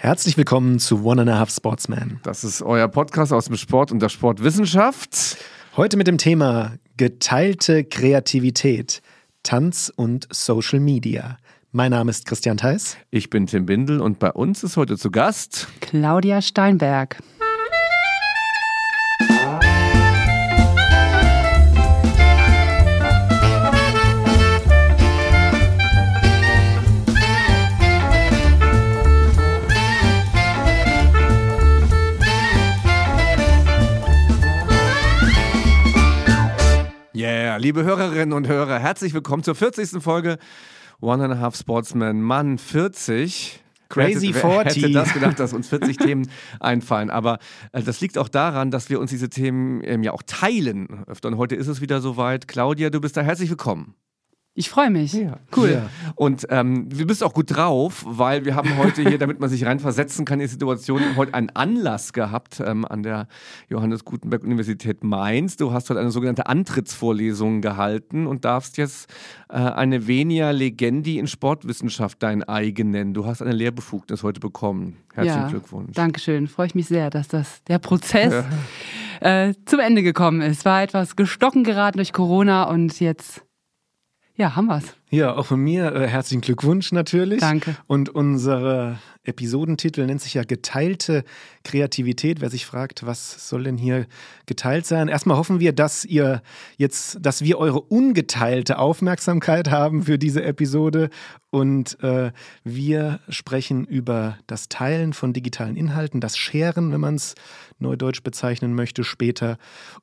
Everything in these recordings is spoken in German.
Herzlich willkommen zu One and a Half Sportsman. Das ist euer Podcast aus dem Sport und der Sportwissenschaft. Heute mit dem Thema geteilte Kreativität, Tanz und Social Media. Mein Name ist Christian Theis. Ich bin Tim Bindel und bei uns ist heute zu Gast Claudia Steinberg. Yeah, liebe Hörerinnen und Hörer, herzlich willkommen zur 40. Folge One and a Half Sportsman. Mann, 40. Crazy 40. Wer hätte das gedacht, dass uns 40 Themen einfallen? Aber das liegt auch daran, dass wir uns diese Themen ja auch teilen öfter. Und heute ist es wieder soweit. Claudia, du bist da herzlich willkommen. Ich freue mich. Ja. Cool. Ja. Und du bist auch gut drauf, weil wir haben heute hier, damit man sich reinversetzen kann in die Situation, heute einen Anlass gehabt an der Johannes Gutenberg Universität Mainz. Du hast heute eine sogenannte Antrittsvorlesung gehalten und darfst jetzt eine Venia Legendi in Sportwissenschaft dein eigen nennen. Du hast eine Lehrbefugnis heute bekommen. Herzlichen Glückwunsch. Dankeschön. Freue ich mich sehr, dass der Prozess zum Ende gekommen ist. War etwas gestocken geraten durch Corona und jetzt haben wir's. Ja, auch von mir herzlichen Glückwunsch natürlich. Danke. Und unser Episodentitel nennt sich ja geteilte Kreativität. Wer sich fragt, was soll denn hier geteilt sein? Erstmal hoffen wir, dass wir eure ungeteilte Aufmerksamkeit haben für diese Episode. Und wir sprechen über das Teilen von digitalen Inhalten, das Sharen, wenn man es neudeutsch bezeichnen möchte, später.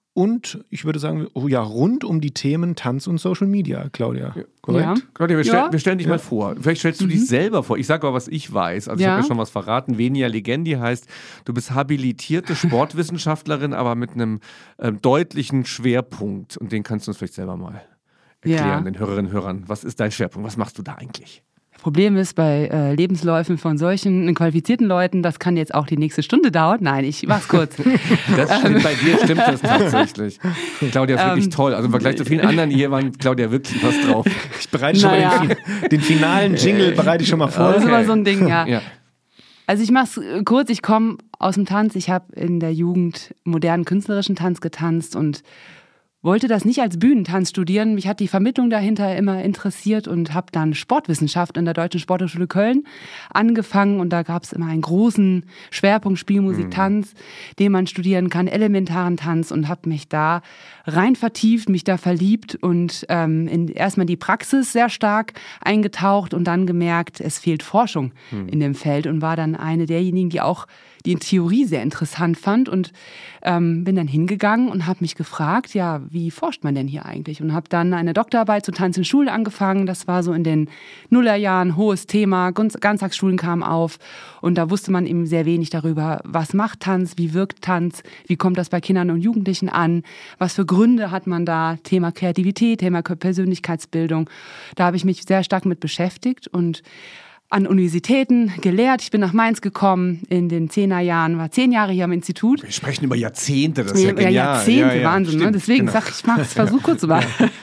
Und ich würde sagen, rund um die Themen Tanz und Social Media, Claudia. Korrekt? Ja. Claudia, wir stellen dich mal vor. Vielleicht stellst du dich selber vor. Ich sage aber, was ich weiß. Also ich habe ja schon was verraten. Venia Legendi heißt, du bist habilitierte Sportwissenschaftlerin, aber mit einem deutlichen Schwerpunkt. Und den kannst du uns vielleicht selber mal erklären, den Hörerinnen und Hörern. Was ist dein Schwerpunkt? Was machst du da eigentlich? Problem ist, bei Lebensläufen von solchen qualifizierten Leuten, das kann jetzt auch die nächste Stunde dauern. Nein, ich mach's kurz. Das stimmt, bei dir stimmt das tatsächlich. Claudia ist wirklich toll. Also im Vergleich zu vielen anderen hier waren Claudia wirklich was drauf. Ich bereite schon mal den finalen Jingle bereite ich schon mal vor. Das ist immer so ein Ding, ja. Also ich mach's kurz, ich komme aus dem Tanz. Ich habe in der Jugend modernen künstlerischen Tanz getanzt und wollte das nicht als Bühnentanz studieren. Mich hat die Vermittlung dahinter immer interessiert und habe dann Sportwissenschaft in der Deutschen Sporthochschule Köln angefangen. Und da gab es immer einen großen Schwerpunkt Spielmusik, Tanz, den man studieren kann, elementaren Tanz, und habe mich da rein vertieft, mich da verliebt und erstmal in die Praxis sehr stark eingetaucht und dann gemerkt, es fehlt Forschung in dem Feld, und war dann eine derjenigen, die auch die Theorie sehr interessant fand, und bin dann hingegangen und habe mich gefragt, wie forscht man denn hier eigentlich? Und habe dann eine Doktorarbeit zu Tanz in Schulen angefangen. Das war so in den Nullerjahren, hohes Thema, Ganztagsschulen kamen auf, und da wusste man eben sehr wenig darüber, was macht Tanz, wie wirkt Tanz, wie kommt das bei Kindern und Jugendlichen an, was für Gründe hat man da, Thema Kreativität, Thema Persönlichkeitsbildung. Da habe ich mich sehr stark mit beschäftigt und an Universitäten gelehrt. Ich bin nach Mainz gekommen in den 10er Jahren, war 10 Jahre hier am Institut. Wir sprechen über Jahrzehnte, das ist ja genial. Jahrzehnte, Wahnsinn. Stimmt, ne? Deswegen sage ich, ich versuche kurz zu machen.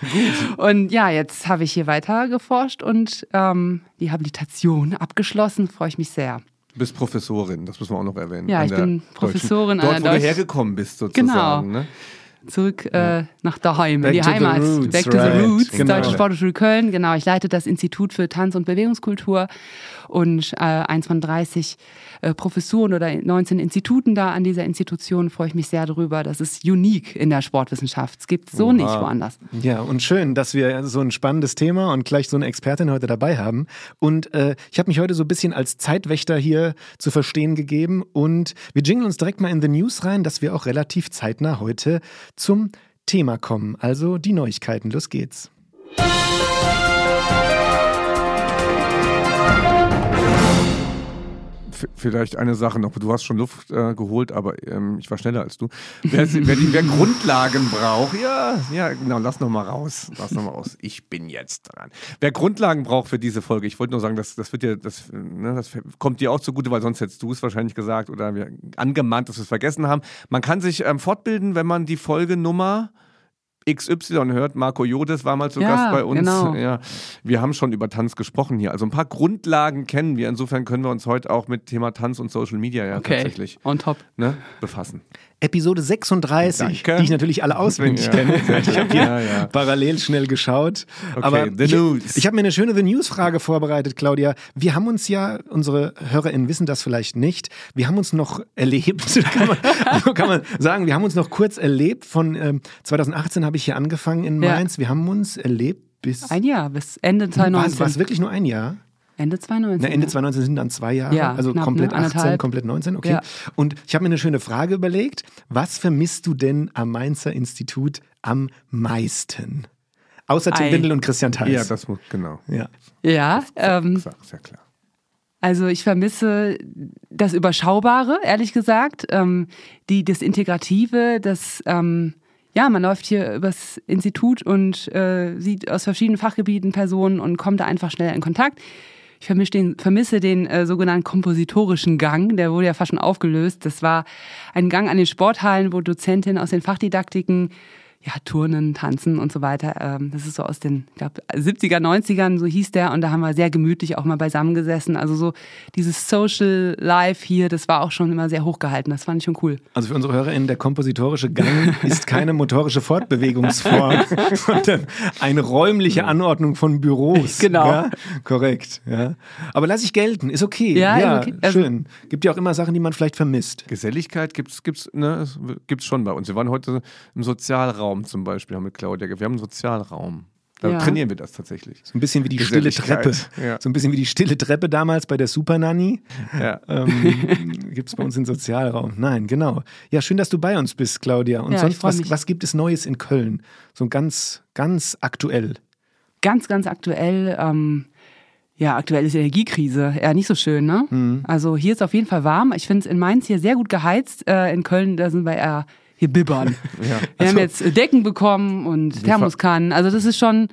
Und jetzt habe ich hier weiter geforscht und die Habilitation abgeschlossen, freue ich mich sehr. Du bist Professorin, das müssen wir auch noch erwähnen. Ja, ich bin Professorin an der Dort, wo du hergekommen bist sozusagen. Genau. Ne? Zurück nach daheim, in die to Heimat. Back to the Roots, genau. Deutsche Sporthochschule Köln. Genau, ich leite das Institut für Tanz- und Bewegungskultur und eins von 30 Professuren oder 19 Instituten da an dieser Institution. Freue ich mich sehr drüber. Das ist unique in der Sportwissenschaft. Es gibt so nicht woanders. Ja, und schön, dass wir so ein spannendes Thema und gleich so eine Expertin heute dabei haben. Und ich habe mich heute so ein bisschen als Zeitwächter hier zu verstehen gegeben. Und wir jingeln uns direkt mal in the News rein, dass wir auch relativ zeitnah heute zum Thema kommen. Also die Neuigkeiten. Los geht's. Vielleicht eine Sache noch. Du hast schon Luft geholt, aber ich war schneller als du. Wer Grundlagen braucht, ja, genau, lass noch mal raus. Ich bin jetzt dran. Wer Grundlagen braucht für diese Folge, ich wollte nur sagen, das kommt dir auch zugute, weil sonst hättest du es wahrscheinlich gesagt oder wir angemahnt, dass wir es vergessen haben. Man kann sich fortbilden, wenn man die Folgenummer XY hört, Marco Jodes war mal zu Ja, Gast bei uns. genau. Ja, wir haben schon über Tanz gesprochen hier. Also ein paar Grundlagen kennen wir. Insofern können wir uns heute auch mit Thema Tanz und Social Media tatsächlich on top. befassen. Episode 36, Danke. die ich natürlich alle auswendig kenne. Ich habe hier parallel schnell geschaut. Okay, Aber The News. ich habe mir eine schöne The News-Frage vorbereitet, Claudia. Wir haben uns ja, unsere HörerInnen wissen das vielleicht nicht, wir haben uns noch erlebt, kann man sagen, wir haben uns noch kurz erlebt. Von 2018 habe ich hier angefangen in Mainz. Wir haben uns erlebt bis... Ein Jahr, bis Ende 2019. War es wirklich nur ein Jahr? Ende 2019. Na, Ende 2019 sind dann 2 Jahre, Ja, also knapp, komplett ne? 18, Anderthalb. komplett 19, okay. Ja. Und ich habe mir eine schöne Frage überlegt. Was vermisst du denn am Mainzer Institut am meisten? Außer Tim Windel und Christian Theis. Ja, das muss, genau. Ja. Ja, Ist ja klar. also ich vermisse das Überschaubare, ehrlich gesagt, das Integrative, man läuft hier übers Institut und sieht aus verschiedenen Fachgebieten Personen und kommt da einfach schnell in Kontakt. Ich vermisse den sogenannten kompositorischen Gang, der wurde ja fast schon aufgelöst. Das war ein Gang an den Sporthallen, wo Dozentinnen aus den Fachdidaktiken Turnen, Tanzen und so weiter. Das ist so aus den, ich glaube, 70er, 90ern, so hieß der. Und da haben wir sehr gemütlich auch mal beisammen gesessen. Also so dieses Social Life hier, das war auch schon immer sehr hochgehalten. Das fand ich schon cool. Also für unsere HörerInnen, der kompositorische Gang ist keine motorische Fortbewegungsform, sondern eine räumliche Anordnung von Büros. Genau. Ja? Korrekt. Ja. Aber lass ich gelten, ist okay. Ja, ist okay. Schön. Gibt ja auch immer Sachen, die man vielleicht vermisst. Geselligkeit gibt's schon bei uns. Wir waren heute im Sozialraum zum Beispiel, haben mit Claudia. Wir haben einen Sozialraum. Da trainieren wir das tatsächlich. So ein bisschen wie die stille Treppe. Ja. So ein bisschen wie die stille Treppe damals bei der Super Nanny. Ja. Gibt es bei uns im Sozialraum. Nein, genau. Ja, schön, dass du bei uns bist, Claudia. Und Ja, sonst, ich freu mich. was gibt es Neues in Köln? So ganz, ganz aktuell. Ganz, ganz aktuell, aktuell ist die Energiekrise. Ja, nicht so schön, ne? Mhm. Also hier ist auf jeden Fall warm. Ich finde es in Mainz hier sehr gut geheizt. In Köln, da sind wir eher hier bibbern. Ja. Wir haben jetzt Decken bekommen und Thermoskannen. Also das ist schon,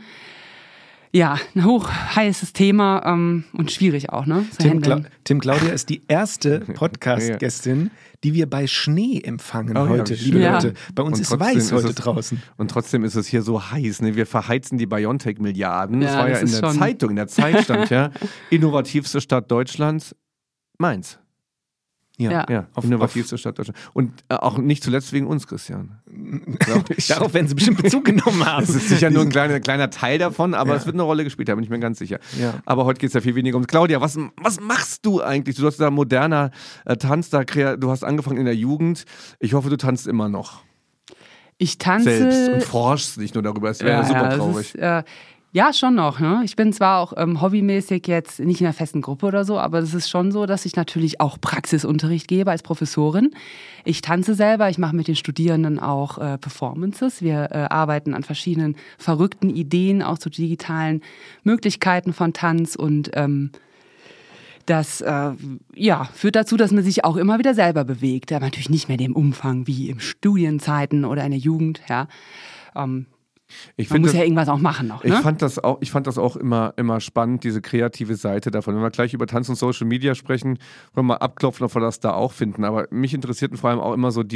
ein hochheißes Thema und schwierig auch, ne? Tim, Claudia ist die erste Podcast-Gästin, die wir bei Schnee empfangen heute, liebe Leute. Bei uns ist weiß heute draußen. Und trotzdem ist es hier so heiß. Ne? Wir verheizen die BioNTech-Milliarden. Das Ja, war ja das in ist der schon- Zeitung, in der Zeit stand innovativste Stadt Deutschlands, Mainz. Ja. Ja, innovativste Stadt Deutschlands. Und auch nicht zuletzt wegen uns, Christian. Darauf werden sie bestimmt Bezug genommen haben. Das ist sicher nur ein kleiner Teil davon, aber es wird eine Rolle gespielt, da bin ich mir ganz sicher. Ja. Aber heute geht es ja viel weniger um Claudia. Was machst du eigentlich? Du hast da moderner Tanz, du hast angefangen in der Jugend. Ich hoffe, du tanzt immer noch. Ich tanze. Selbst und forschst nicht nur darüber. Es wäre super das traurig. Ist, ja, schon noch. Ne? Ich bin zwar auch hobbymäßig jetzt nicht in einer festen Gruppe oder so, aber es ist schon so, dass ich natürlich auch Praxisunterricht gebe als Professorin. Ich tanze selber, ich mache mit den Studierenden auch Performances. Wir arbeiten an verschiedenen verrückten Ideen, auch zu digitalen Möglichkeiten von Tanz und das führt dazu, dass man sich auch immer wieder selber bewegt. Aber natürlich nicht mehr in dem Umfang wie in Studienzeiten oder in der Jugend. Ja. Man muss ja irgendwas auch machen noch. Ne? Ich fand das auch immer spannend, diese kreative Seite davon. Wenn wir gleich über Tanz und Social Media sprechen, wollen wir mal abklopfen, ob wir das da auch finden. Aber mich interessierten vor allem auch immer so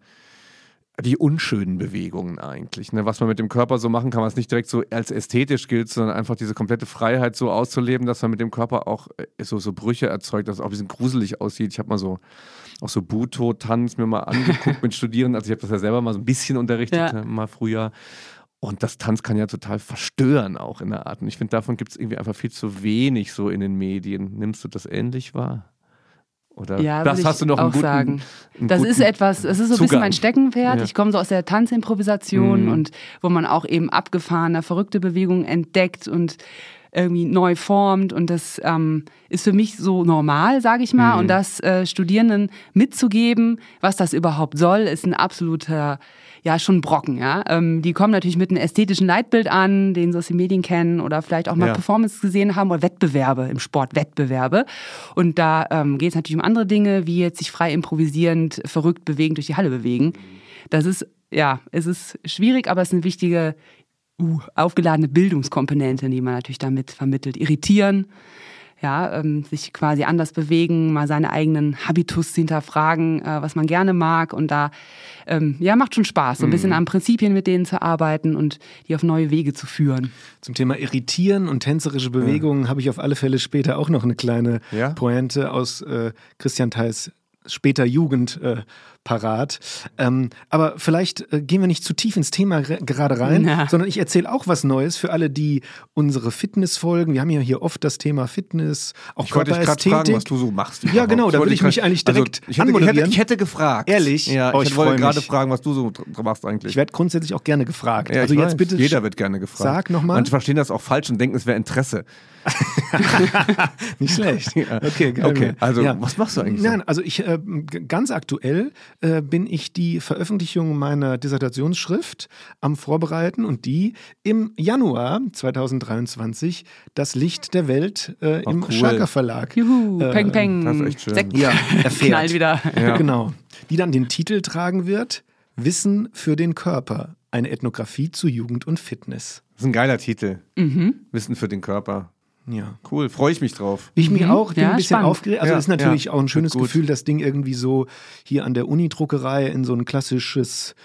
die unschönen Bewegungen eigentlich. Ne? Was man mit dem Körper so machen kann, was nicht direkt so als ästhetisch gilt, sondern einfach diese komplette Freiheit so auszuleben, dass man mit dem Körper auch so Brüche erzeugt, dass es auch ein bisschen gruselig aussieht. Ich habe mal so auch so Buto-Tanz mir mal angeguckt mit Studierenden. Also ich habe das ja selber mal so ein bisschen unterrichtet, mal früher. Und das Tanz kann ja total verstören auch in der Art. Und ich finde, davon gibt es irgendwie einfach viel zu wenig so in den Medien. Nimmst du das ähnlich wahr? Oder das hast du noch einen guten, sagen. Einen Das guten ist etwas, es ist so ein bisschen mein Steckenpferd. Ja. Ich komme so aus der Tanzimprovisation und wo man auch eben abgefahrene, verrückte Bewegungen entdeckt und irgendwie neu formt und das ist für mich so normal, sage ich mal. Und das Studierenden mitzugeben, was das überhaupt soll, ist ein absoluter, schon Brocken. Ja? Die kommen natürlich mit einem ästhetischen Leitbild an, den sie aus den Medien kennen oder vielleicht auch mal Performance gesehen haben oder Wettbewerbe, im Sport Wettbewerbe. Und da geht es natürlich um andere Dinge, wie jetzt sich frei improvisierend, verrückt bewegen, durch die Halle bewegen. Das ist, es ist schwierig, aber es ist eine wichtige aufgeladene Bildungskomponente, die man natürlich damit vermittelt. Irritieren, sich quasi anders bewegen, mal seine eigenen Habitus hinterfragen, was man gerne mag und da, macht schon Spaß, so ein bisschen an Prinzipien mit denen zu arbeiten und die auf neue Wege zu führen. Zum Thema Irritieren und tänzerische Bewegungen habe ich auf alle Fälle später auch noch eine kleine Pointe aus Christian Theis später Jugend parat. Aber vielleicht gehen wir nicht zu tief ins Thema gerade rein, sondern ich erzähle auch was Neues für alle, die unsere Fitness folgen. Wir haben ja hier oft das Thema Fitness, auch Körperästhetik. Ich wollte dich gerade fragen, was du so machst. Ja, genau, da würde ich mich eigentlich direkt anmoderieren. Ich hätte gefragt. Ehrlich? Ja, ich wollte gerade fragen, was du so machst eigentlich. Ich werde grundsätzlich auch gerne gefragt. Ja, also jetzt bitte. Jeder wird gerne gefragt. Sag nochmal. Manche verstehen das auch falsch und denken, es wäre Interesse. Nicht schlecht. Okay, also was machst du eigentlich so? Nein, also ich ganz aktuell bin ich die Veröffentlichung meiner Dissertationsschrift am Vorbereiten und die im Januar 2023 das Licht der Welt im cool. Scharker Verlag Juhu, peng, peng. Das ist echt schön. Sekt. erfährt. Knallt wieder. Ja. Genau. Die dann den Titel tragen wird: Wissen für den Körper. Eine Ethnographie zu Jugend und Fitness. Das ist ein geiler Titel. Wissen für den Körper. Ja. Cool, freue ich mich drauf. Ich mich auch, bin ein bisschen spannend. aufgeregt. Also ist natürlich auch ein schönes gut. Gefühl, das Ding irgendwie so hier an der Uni-Druckerei in so ein klassisches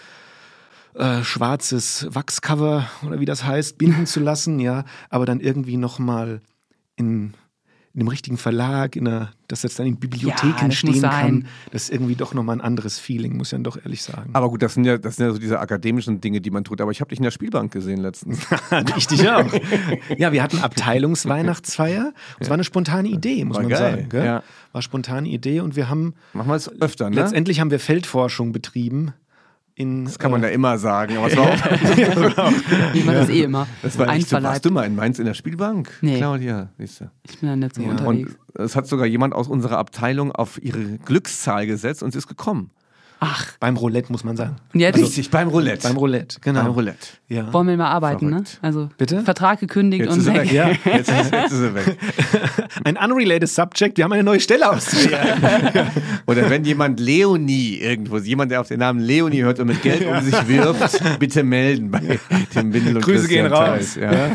schwarzes Wachscover oder wie das heißt, binden zu lassen, ja, aber dann irgendwie nochmal in einem richtigen Verlag, dass das dann in Bibliotheken das muss stehen sein. kann. Das ist irgendwie doch nochmal ein anderes Feeling, muss ich dann doch ehrlich sagen. Aber gut, das sind ja so diese akademischen Dinge, die man tut. Aber ich habe dich in der Spielbank gesehen letztens. Ich dich auch. Ja, wir hatten Abteilungsweihnachtsfeier. Es war eine spontane Idee, muss War man geil, sagen. Gell? ja. War spontane Idee und wir haben Machen wir es öfter, ne? letztendlich haben wir Feldforschung betrieben. Das kann man ja immer sagen. Aber es war auch, Ich mache das immer. das war echt so. Einverleibt. Warst du mal in Mainz in der Spielbank? Nee. Claudia, siehst du. Ich bin da nicht so Ja. unterwegs. Und es hat sogar jemand aus unserer Abteilung auf ihre Glückszahl gesetzt und sie ist gekommen. Ach, Beim Roulette, muss man sagen. und jetzt Richtig, beim Roulette. Beim Roulette, genau. Beim Roulette. Ja. wollen wir mal arbeiten, Verrückt. ne? Also Bitte? Vertrag gekündigt Jetzt und ist er weg. weg. Ja. Jetzt ist er weg. Ein unrelated Subject, wir haben eine neue Stelle auszuschreiben. Oder wenn jemand Leonie irgendwo, jemand, der auf den Namen Leonie hört und mit Geld um sich wirft, bitte melden bei dem Windel und Grüße Christian gehen raus. Theis, ja.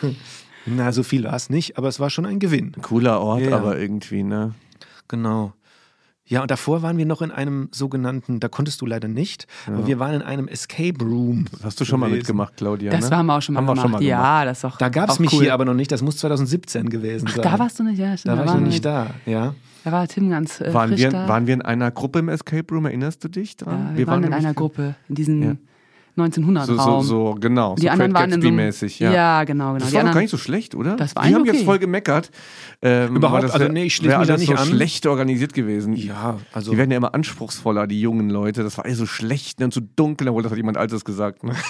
Na, so viel war es nicht, aber es war schon ein Gewinn. Cooler Ort, Ja. aber irgendwie, ne? Genau. Ja, und davor waren wir noch in einem sogenannten, da konntest du leider nicht, aber wir waren in einem Escape Room. Das hast du schon mal gewesen. mitgemacht, Claudia, Das ne? haben wir auch schon mal Haben wir gemacht. schon mal Ja, das ist doch Da gab es auch mich cool. hier aber noch nicht, das muss 2017 gewesen sein. Da warst du nicht, ja. Stimmt, Da war ich waren noch wir nicht da, ja. Da war Tim ganz Waren frisch wir, da. waren wir in einer Gruppe im Escape Room, erinnerst du dich dran? Ja, wir waren in nämlich- einer Gruppe, in diesem Ja. 1900-Raum. So, genau. Die so anderen Great waren in so einem, Gatsby-mäßig, ja. Ja, genau. Das Die war doch anderen, gar nicht so schlecht, oder? Das war Die haben eigentlich jetzt okay. voll gemeckert. Überhaupt, weil das also wär- nee, ich schließe wär mich da alles nicht so an. schlecht organisiert gewesen. Ja, also. Die werden ja immer anspruchsvoller, die jungen Leute. Das war alles so schlecht und so dunkel. Obwohl, das hat jemand Altes gesagt. Ne?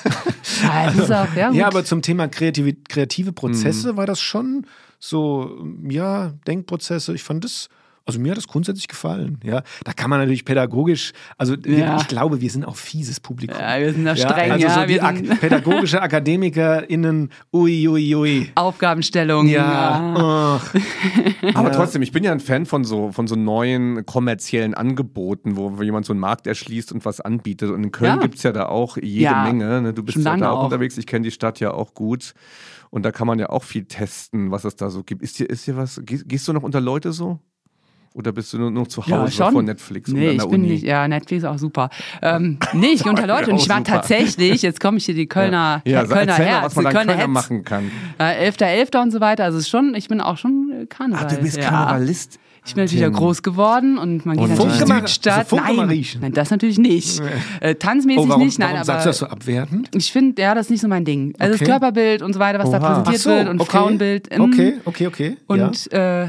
ja, das ist auch, ja, gut. Ja, aber zum Thema kreative Prozesse war das schon so, ja, Denkprozesse. Ich fand das, also mir hat das grundsätzlich gefallen. Ja, da kann man natürlich pädagogisch, also Ja. ich glaube, wir sind auch fieses Publikum. Ja, wir sind da streng, also ja. so die wir sind pädagogische AkademikerInnen, ui. Aufgabenstellung. Ja, ach, Aber trotzdem, ich bin ja ein Fan von so neuen kommerziellen Angeboten, wo jemand so einen Markt erschließt und was anbietet. Und in Köln Ja. gibt es ja da auch jede Ja, Menge. Ne? Du bist schon ja lange da auch auch. unterwegs. Ich kenne die Stadt ja auch gut. Und da kann man ja auch viel testen, was es da so gibt. Ist dir was? Gehst du noch unter Leute so? Oder bist du nur zu Ja, Hause schon. vor Netflix und Nee, an ich der bin Uni? nicht, ja, Netflix ist auch super. Nee, ich gehe unter Leute und ich war Super. tatsächlich, jetzt komme ich hier die Kölner, Ja, Kölner erzähl mal, Herz, was man dann Kölner Kölner Hetz. machen kann. 11.11. und so weiter, also es ist schon, ich bin auch schon Karneval. Ach, du bist ja. Karnevalist. Ich bin natürlich ja groß geworden und man geht Und natürlich in Funke die Südstadt. also Funke Nein, Mariechen. nein, das natürlich nicht. Tanzmäßig warum, nicht, nein, warum aber sagst du das so abwertend? ich finde, ja, das ist nicht so mein Ding. Also Okay. das Körperbild und so weiter, was da Oha. präsentiert Ach so, wird und okay. Frauenbild. Okay. Und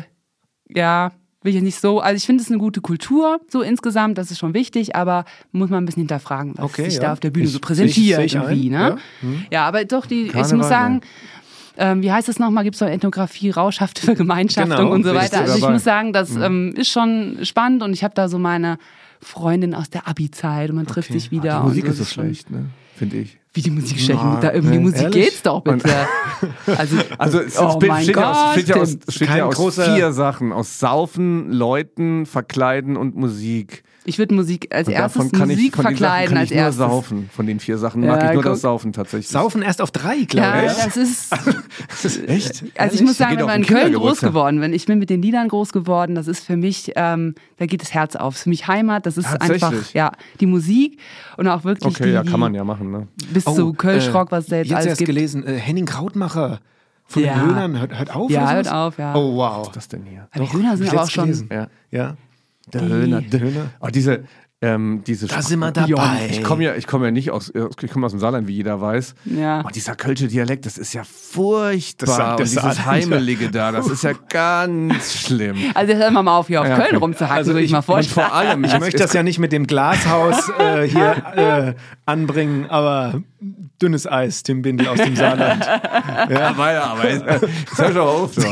ja, will ich jetzt nicht so, also ich finde es eine gute Kultur, so insgesamt, das ist schon wichtig, aber muss man ein bisschen hinterfragen, was Okay, sich ja. da auf der Bühne Ich- so präsentiert sehe ich irgendwie, ein, ne? ja. Ja, aber doch, ich Karneval, muss sagen, wie heißt es nochmal, gibt es doch Ethnographie, rauschhafte Vergemeinschaftung Genau, und so bin ich weiter. so Also ich dabei. muss sagen, das ist schon spannend und ich habe da so meine Freundin aus der Abi-Zeit und man trifft sich wieder. Die Musik und ist so das schon- schlecht, ne? Finde ich. Wie die Musik schwächen? Da um die Musik ehrlich? geht's doch, bitte. Also es Oh mein besteht Gott, ja aus 4 Sachen. Aus Saufen, Leuten, Verkleiden und Musik. Ich würde Musik als Und erstes davon kann Musik ich, von den Sachen verkleiden kann als ich nur erstes. saufen. Von den 4 Sachen Ja, mag ich nur guck. das Saufen tatsächlich. Saufen erst auf 3, glaube Ja, ich. das ist. Echt? Also ich muss sagen, Geht wenn auf man in den Köln groß Kindergeburtstag. geworden bin, ich bin mit den Liedern groß geworden, das ist für mich, da geht das Herz auf. Das ist für mich Heimat, das ist Tatsächlich? einfach, ja, die Musik und auch wirklich Okay, ja, kann man ja machen, ne? bis zu Kölschrock, was da jetzt alles erst gibt. gelesen, Henning Krautmacher von Ja. den Höhnern, hört auf? Ja, oder hört sowas? auf, ja. Oh, wow. Was ist das denn hier? Aber die Höhner sind hab ich aber auch letzt schon. gelesen. Ja. Ja. Der Höhner. Höhner. Oh, diese Da sind wir dabei. Ich komme ja nicht aus dem Saarland, wie jeder weiß. Ja. Oh, dieser kölsche Dialekt, das ist ja furchtbar. Das sagt der und dieses Saarländer. Heimelige da, das ist ja ganz schlimm. Also jetzt hör mal auf, hier auf Ja, Köln okay. rumzuhacken, Also würde ich mal Und vorstellen. vor allem, Ich möchte das ja nicht mit dem Glashaus hier anbringen, aber dünnes Eis, Tim Bindel aus dem Saarland. aber hör schon auf. So.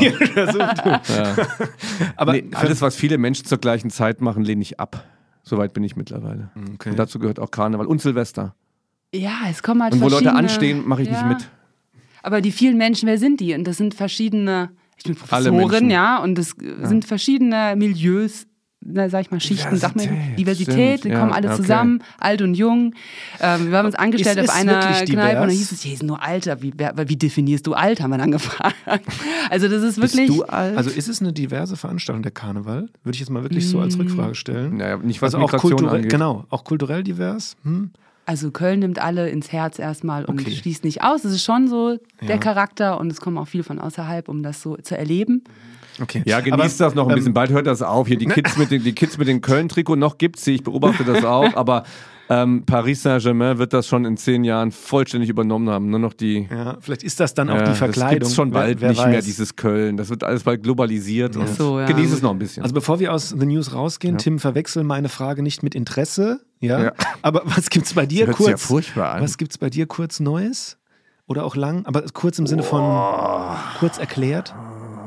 Aber Nee, alles, was viele Menschen zur gleichen Zeit machen, lehne ich ab. Soweit bin ich mittlerweile. Okay. Und dazu gehört auch Karneval und Silvester. Ja, es kommen halt Und wo Leute verschiedene- anstehen, mache ich nicht mit. Aber die vielen Menschen, wer sind die? Und das sind verschiedene, ich bin Alle Professorin, Menschen. ja, und das sind verschiedene Milieus, sag ich mal, Schichten, sag mal, Diversität, stimmt, die ja, kommen alle okay. zusammen, alt und jung. Wir haben uns angestellt Ist auf es einer wirklich Kneipe und dann divers? hieß es, hier ist nur Alter. Wie definierst du alt, haben wir dann gefragt. Also das ist wirklich... Bist du alt? Also ist es eine diverse Veranstaltung, der Karneval? Würde ich jetzt mal wirklich so als Rückfrage stellen. Naja, nicht was Also auch Migration kulturell, angeht. genau, auch kulturell divers. Also Köln nimmt alle ins Herz erstmal und Okay. schließt nicht aus. Das ist schon so der Ja. Charakter und es kommen auch viele von außerhalb, um das so zu erleben. Okay. Ja, genießt das noch ein bisschen. Bald hört das auf. Hier die Kids mit den Köln-Trikot noch gibt's sie. Ich beobachte das auch. Aber Paris Saint-Germain wird das schon in 10 Jahren vollständig übernommen haben. Nur noch die. Ja, vielleicht ist das dann auch Ja, die Verkleidung. Das gibt's schon bald wer nicht weiß. mehr, dieses Köln. Das wird alles bald globalisiert. Und so, ja. genieß es noch ein bisschen. Also bevor wir aus The News rausgehen, Tim, verwechsel meine Frage nicht mit Interesse. Ja. Ja. Aber was gibt's bei dir hört sich ja kurz? furchtbar an. Was gibt's bei dir kurz Neues? Oder auch lang? Aber kurz im Sinne von kurz erklärt?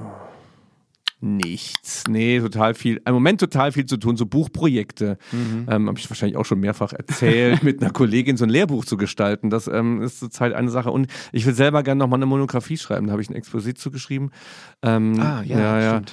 Nichts. Nee, total viel. Im Moment total viel zu tun. So Buchprojekte. Habe ich wahrscheinlich auch schon mehrfach erzählt, mit einer Kollegin so ein Lehrbuch zu gestalten. Das ist zurzeit eine Sache. Und ich will selber gerne nochmal eine Monographie schreiben. Da habe ich ein Exposit zugeschrieben. Stimmt.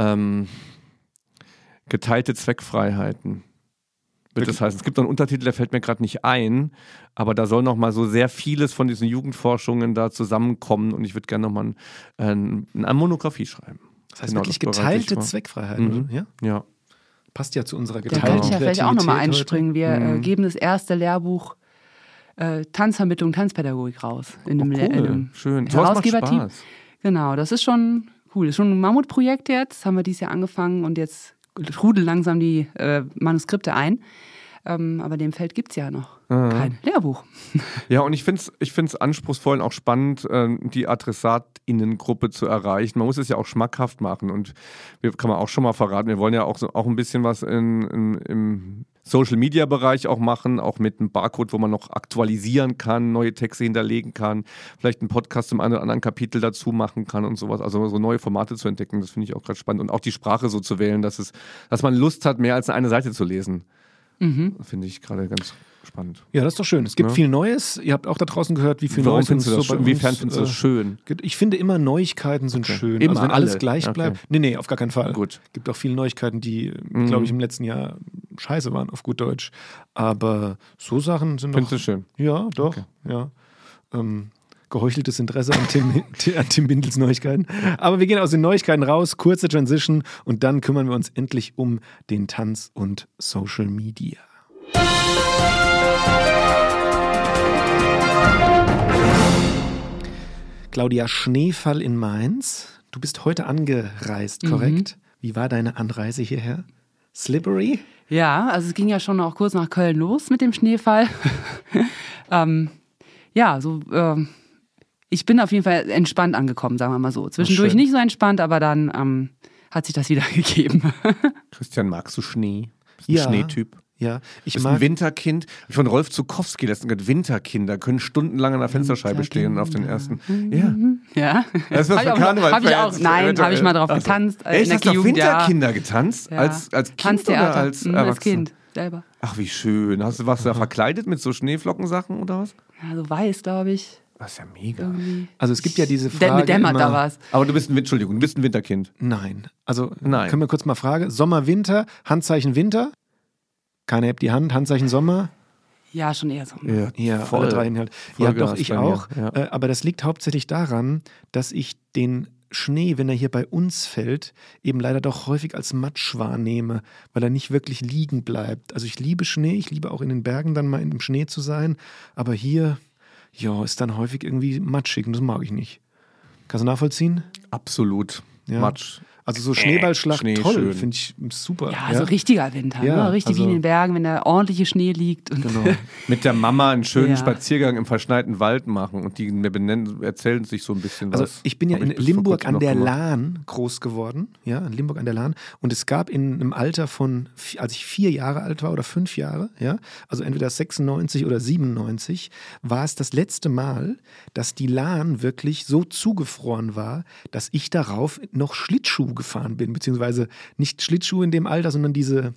Geteilte Zweckfreiheiten. Wird das heißen. Es gibt noch einen Untertitel, der fällt mir gerade nicht ein, aber da soll noch mal so sehr vieles von diesen Jugendforschungen da zusammenkommen und ich würde gerne noch mal eine Monographie schreiben. Das heißt Genau, wirklich das bereite ich geteilte vor. Zweckfreiheit. Mhm. oder? Ja? Ja. Passt ja zu unserer Da geteilten könnte ich ja vielleicht auch nochmal Kreativität einspringen. Wir geben das erste Lehrbuch Tanzvermittlung, Tanzpädagogik raus. In einem, in einem Schön. Sowas macht Herausgeberteam. Spaß. Genau, das ist schon cool. Das ist schon ein Mammutprojekt jetzt. Haben wir dieses Jahr angefangen und jetzt trudeln langsam die Manuskripte ein. Aber dem Feld gibt es ja noch kein Lehrbuch. Ja, und ich find's anspruchsvoll und auch spannend, die AdressatInnen-Gruppe zu erreichen. Man muss es ja auch schmackhaft machen und kann man auch schon mal verraten, wir wollen ja auch ein bisschen was im Social-Media-Bereich auch machen, auch mit einem Barcode, wo man noch aktualisieren kann, neue Texte hinterlegen kann, vielleicht einen Podcast zum einen oder anderen Kapitel dazu machen kann und sowas. Also so neue Formate zu entdecken, das finde ich auch gerade spannend. Und auch die Sprache so zu wählen, dass man Lust hat, mehr als eine Seite zu lesen. Finde ich gerade ganz spannend. Ja, das ist doch schön. Es gibt viel Neues. Ihr habt auch da draußen gehört, wie viel Neues uns so bei inwiefern uns, findest du das schön? Ich finde immer Neuigkeiten sind schön. Immer also wenn alles alle? gleich Okay. bleibt. Nee, auf gar keinen Fall. Gut. Es gibt auch viele Neuigkeiten, die, glaube ich, im letzten Jahr scheiße waren, auf gut Deutsch. Aber so Sachen sind Findest doch... du schön? Ja, doch. Ja. Geheucheltes Interesse an Tim Bindels Neuigkeiten. Aber wir gehen aus den Neuigkeiten raus, kurze Transition und dann kümmern wir uns endlich um den Tanz und Social Media. Claudia, Schneefall in Mainz. Du bist heute angereist, korrekt? Wie war deine Anreise hierher? Slippery? Ja, also es ging ja schon auch kurz nach Köln los mit dem Schneefall. Ich bin auf jeden Fall entspannt angekommen, sagen wir mal so. Zwischendurch schön. nicht so entspannt, aber dann hat sich das wieder gegeben. Christian, magst du Schnee? Bist du ein Ja. Schneetyp? Ja, ich Bist ein Winterkind? Von Rolf Zukowski letztens gehört, Winterkinder können stundenlang an der Fensterscheibe stehen und auf den ersten. Ja. Ja. Das ist was für Hab Karnevalfans. ich auch, nein, habe ich mal drauf getanzt. In Echt? der Hast du auf Jugend, ja. Winterkinder getanzt? Ja. Als Kind Tanztheater. oder als Als Erwachsener? Kind selber. Ach, wie schön. Warst du da verkleidet mit so Schneeflockensachen oder was? Ja, so weiß, glaube ich. Das ist ja mega. Irgendwie. Also es gibt ja diese Frage Mir dämmert immer, da was. Aber du bist ein Winterkind. Nein. Also Nein. können wir kurz mal fragen. Sommer, Winter, Handzeichen Winter. Keiner hebt die Hand, Handzeichen Sommer. Ja, schon eher so. Ja, voll. alle drei halt. Ja, Vollgas doch, ich bei mir, auch. ja. Aber das liegt hauptsächlich daran, dass ich den Schnee, wenn er hier bei uns fällt, eben leider doch häufig als Matsch wahrnehme, weil er nicht wirklich liegen bleibt. Also ich liebe Schnee, ich liebe auch in den Bergen dann mal im Schnee zu sein, aber hier, ja, ist dann häufig irgendwie matschig und das mag ich nicht. Kannst du nachvollziehen? Absolut. Ja. Matsch. Also so Schneeballschlacht, Schnee toll, schön. finde ich super. Ja, so richtiger Winter, Ja, ne? Richtig also- wie in den Bergen, wenn da ordentliche Schnee liegt. Und Genau. Mit der Mama einen schönen Ja. Spaziergang im verschneiten Wald machen und die mir erzählen sich so ein bisschen Also was. ich bin ja Hab in bis vor Limburg kurzem an noch der gemacht. Lahn groß geworden, ja, in Limburg an der Lahn. Und es gab in einem Alter von, als ich 4 Jahre alt war oder 5 Jahre, ja, also entweder 96 oder 97, war es das letzte Mal, dass die Lahn wirklich so zugefroren war, dass ich darauf noch Schlittschuh gefahren bin, beziehungsweise nicht Schlittschuh in dem Alter, sondern diese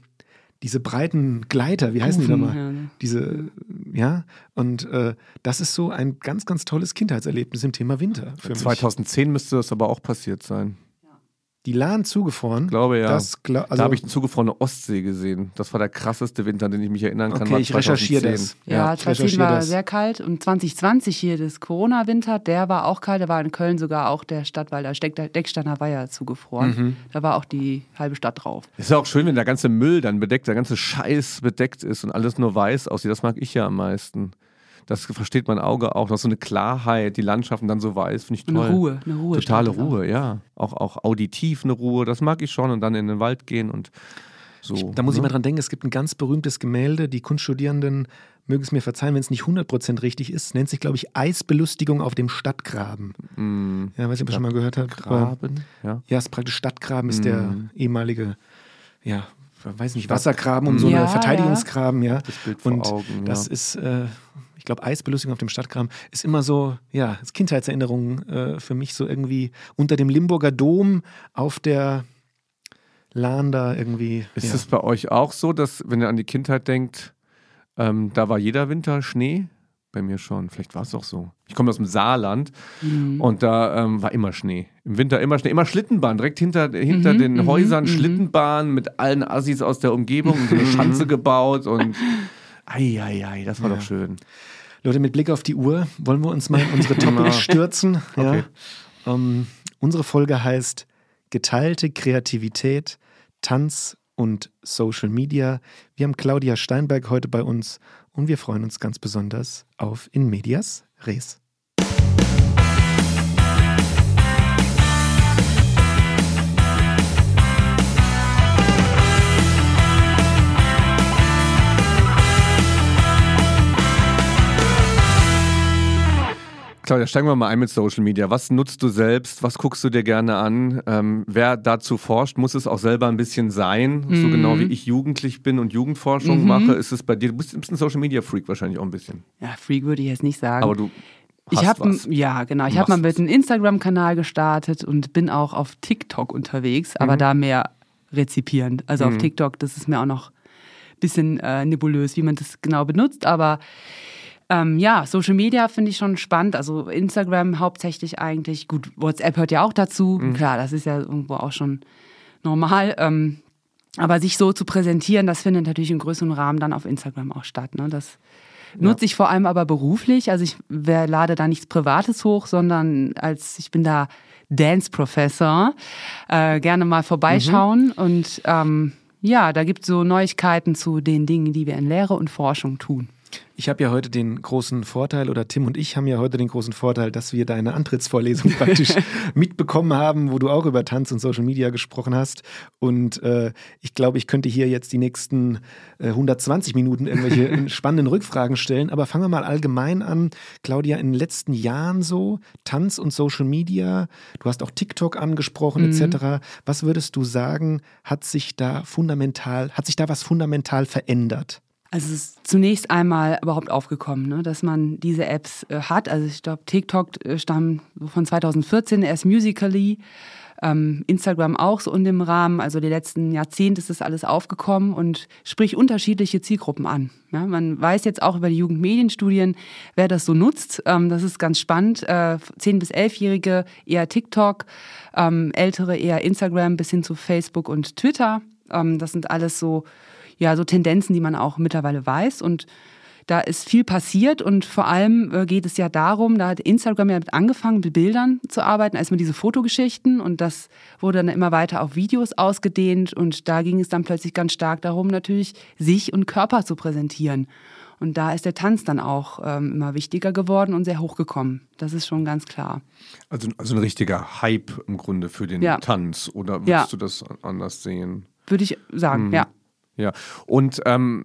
breiten Gleiter, wie heißen die Kufen, nochmal? ja. Diese, ja, und das ist so ein ganz, ganz tolles Kindheitserlebnis im Thema Winter für mich. 2010 müsste das aber auch passiert sein. Die Lahn zugefroren? Ich glaube ja. Das, Da habe ich eine zugefrorene Ostsee gesehen. Das war der krasseste Winter, an den ich mich erinnern kann. Okay, war ich recherchiere 2010. das. Ja, ich 2010 recherchiere war das. sehr kalt und 2020 hier das Corona-Winter, der war auch kalt, da war in Köln sogar auch der Stadtwald, der Decksteiner Weiher zugefroren. Mhm. Da war auch die halbe Stadt drauf. Ist ja auch schön, wenn der ganze Müll dann bedeckt, der ganze Scheiß bedeckt ist und alles nur weiß aussieht. Das mag ich ja am meisten. Das versteht mein Auge auch. Das ist so eine Klarheit, die Landschaften dann so weiß, finde ich toll. Eine Ruhe. Totale stand auch. Ruhe, ja. Auch auditiv eine Ruhe, das mag ich schon. Und dann in den Wald gehen und so. Da muss ich ne? mal dran denken, es gibt ein ganz berühmtes Gemälde, die Kunststudierenden mögen es mir verzeihen, wenn es nicht 100% richtig ist, nennt sich, glaube ich, Eisbelustigung auf dem Stadtgraben. Ja, weiß nicht, ob ihr schon mal gehört habt. Graben, ja. Ja, es ist praktisch Stadtgraben, ist der ehemalige, ja, weiß nicht, Wassergraben und so Ja, eine Verteidigungsgraben, ja. Das Bild vor Und Augen, das ja. ist, ich glaube, Eisbelustigung auf dem Stadtgraben ist immer so, ja, ist Kindheitserinnerung für mich so irgendwie unter dem Limburger Dom auf der Lahn da irgendwie. Ist es bei euch auch so, dass, wenn ihr an die Kindheit denkt, da war jeder Winter Schnee? Bei mir schon. Vielleicht war es auch so. Ich komme aus dem Saarland und da war immer Schnee. Im Winter immer Schnee. Immer Schlittenbahn. Direkt hinter den Häusern Schlittenbahn mit allen Assis aus der Umgebung. So eine Schanze gebaut und das war doch schön. Leute, mit Blick auf die Uhr wollen wir uns mal in unsere Topics stürzen. Okay. Ja. Unsere Folge heißt Geteilte Kreativität, Tanz und Social Media. Wir haben Claudia Steinberg heute bei uns und wir freuen uns ganz besonders auf In Medias Res. Claudia, steigen wir mal ein mit Social Media. Was nutzt du selbst? Was guckst du dir gerne an? Wer dazu forscht, muss es auch selber ein bisschen sein. So genau wie ich jugendlich bin und Jugendforschung mache, ist es bei dir. Du bist ein Social Media Freak wahrscheinlich auch ein bisschen. Ja, Freak würde ich jetzt nicht sagen. Aber du Ich hast habe was. ja genau, ich habe mal mit einem Instagram-Kanal gestartet und bin auch auf TikTok unterwegs, aber da mehr rezipierend. Also auf TikTok, das ist mir auch noch ein bisschen nebulös, wie man das genau benutzt, aber ja, Social Media finde ich schon spannend, also Instagram hauptsächlich eigentlich, gut, WhatsApp hört ja auch dazu, klar, das ist ja irgendwo auch schon normal, aber sich so zu präsentieren, das findet natürlich im größeren Rahmen dann auf Instagram auch statt, ne? Das nutze ich vor allem aber beruflich, also ich lade da nichts Privates hoch, sondern ich bin da Dance-Professor, gerne mal vorbeischauen und ja, da gibt es so Neuigkeiten zu den Dingen, die wir in Lehre und Forschung tun. Ich habe ja heute den großen Vorteil, oder Tim und ich haben ja heute den großen Vorteil, dass wir deine Antrittsvorlesung praktisch mitbekommen haben, wo du auch über Tanz und Social Media gesprochen hast. Und ich glaube, ich könnte hier jetzt die nächsten 120 Minuten irgendwelche spannenden Rückfragen stellen. Aber fangen wir mal allgemein an. Claudia, in den letzten Jahren so, Tanz und Social Media, du hast auch TikTok angesprochen etc. Was würdest du sagen, hat sich da was fundamental verändert? Also es ist zunächst einmal überhaupt aufgekommen, ne, dass man diese Apps hat. Also ich glaube, TikTok stammt von 2014, erst Musical.ly. Instagram auch so in dem Rahmen. Also die letzten Jahrzehnte ist das alles aufgekommen und spricht unterschiedliche Zielgruppen an. Ja, man weiß jetzt auch über die Jugendmedienstudien, wer das so nutzt. Das ist ganz spannend. 10- bis 11-Jährige eher TikTok, Ältere eher Instagram bis hin zu Facebook und Twitter. Das sind alles so Tendenzen, die man auch mittlerweile weiß. Und da ist viel passiert und vor allem geht es ja darum, da hat Instagram ja damit angefangen, mit Bildern zu arbeiten, erstmal diese Fotogeschichten und das wurde dann immer weiter auf Videos ausgedehnt und da ging es dann plötzlich ganz stark darum, natürlich sich und Körper zu präsentieren. Und da ist der Tanz dann auch immer wichtiger geworden und sehr hochgekommen. Das ist schon ganz klar. Also ein richtiger Hype im Grunde für den Tanz, oder würdest du das anders sehen? Würde ich sagen, ja. Ja, und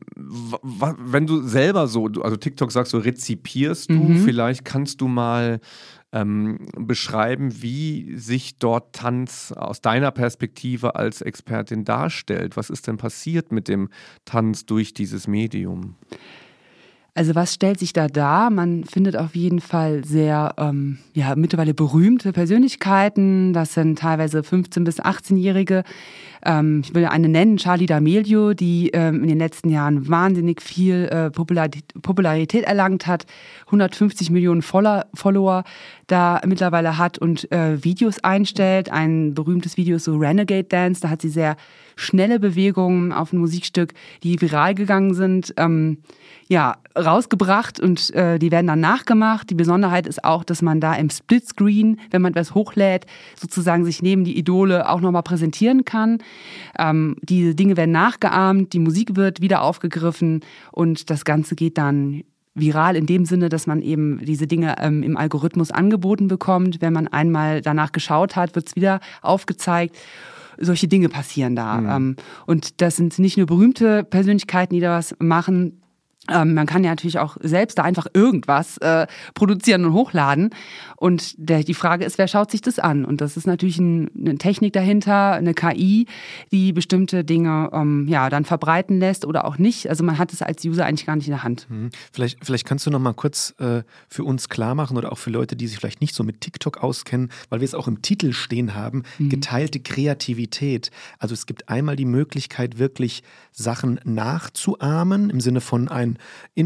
wenn du selber also TikTok sagst, so rezipierst du, vielleicht kannst du mal beschreiben, wie sich dort Tanz aus deiner Perspektive als Expertin darstellt. Was ist denn passiert mit dem Tanz durch dieses Medium? Also was stellt sich da dar? Man findet auf jeden Fall sehr mittlerweile berühmte Persönlichkeiten. Das sind teilweise 15- bis 18-Jährige. Ich will eine nennen, Charli D'Amelio, die in den letzten Jahren wahnsinnig viel Popularität erlangt hat, 150 Millionen Follower da mittlerweile hat und Videos einstellt. Ein berühmtes Video ist so Renegade Dance, da hat sie sehr schnelle Bewegungen auf ein Musikstück, die viral gegangen sind, rausgebracht und die werden dann nachgemacht. Die Besonderheit ist auch, dass man da im Splitscreen, wenn man etwas hochlädt, sozusagen sich neben die Idole auch nochmal präsentieren kann. Diese Dinge werden nachgeahmt, die Musik wird wieder aufgegriffen und das Ganze geht dann viral in dem Sinne, dass man eben diese Dinge im Algorithmus angeboten bekommt. Wenn man einmal danach geschaut hat, wird es wieder aufgezeigt. Solche Dinge passieren da. Und das sind nicht nur berühmte Persönlichkeiten, die da was machen. Man kann ja natürlich auch selbst da einfach irgendwas produzieren und hochladen. Und die Frage ist, wer schaut sich das an? Und das ist natürlich eine Technik dahinter, eine KI, die bestimmte Dinge dann verbreiten lässt oder auch nicht. Also man hat es als User eigentlich gar nicht in der Hand. Vielleicht kannst du noch mal kurz für uns klar machen oder auch für Leute, die sich vielleicht nicht so mit TikTok auskennen, weil wir es auch im Titel stehen haben, geteilte Kreativität. Also es gibt einmal die Möglichkeit, wirklich Sachen nachzuahmen, im Sinne von ein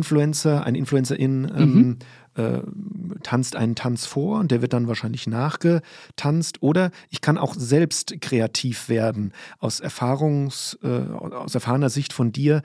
Influencerin tanzt einen Tanz vor und der wird dann wahrscheinlich nachgetanzt. Oder ich kann auch selbst kreativ werden. Aus erfahrener Sicht von dir,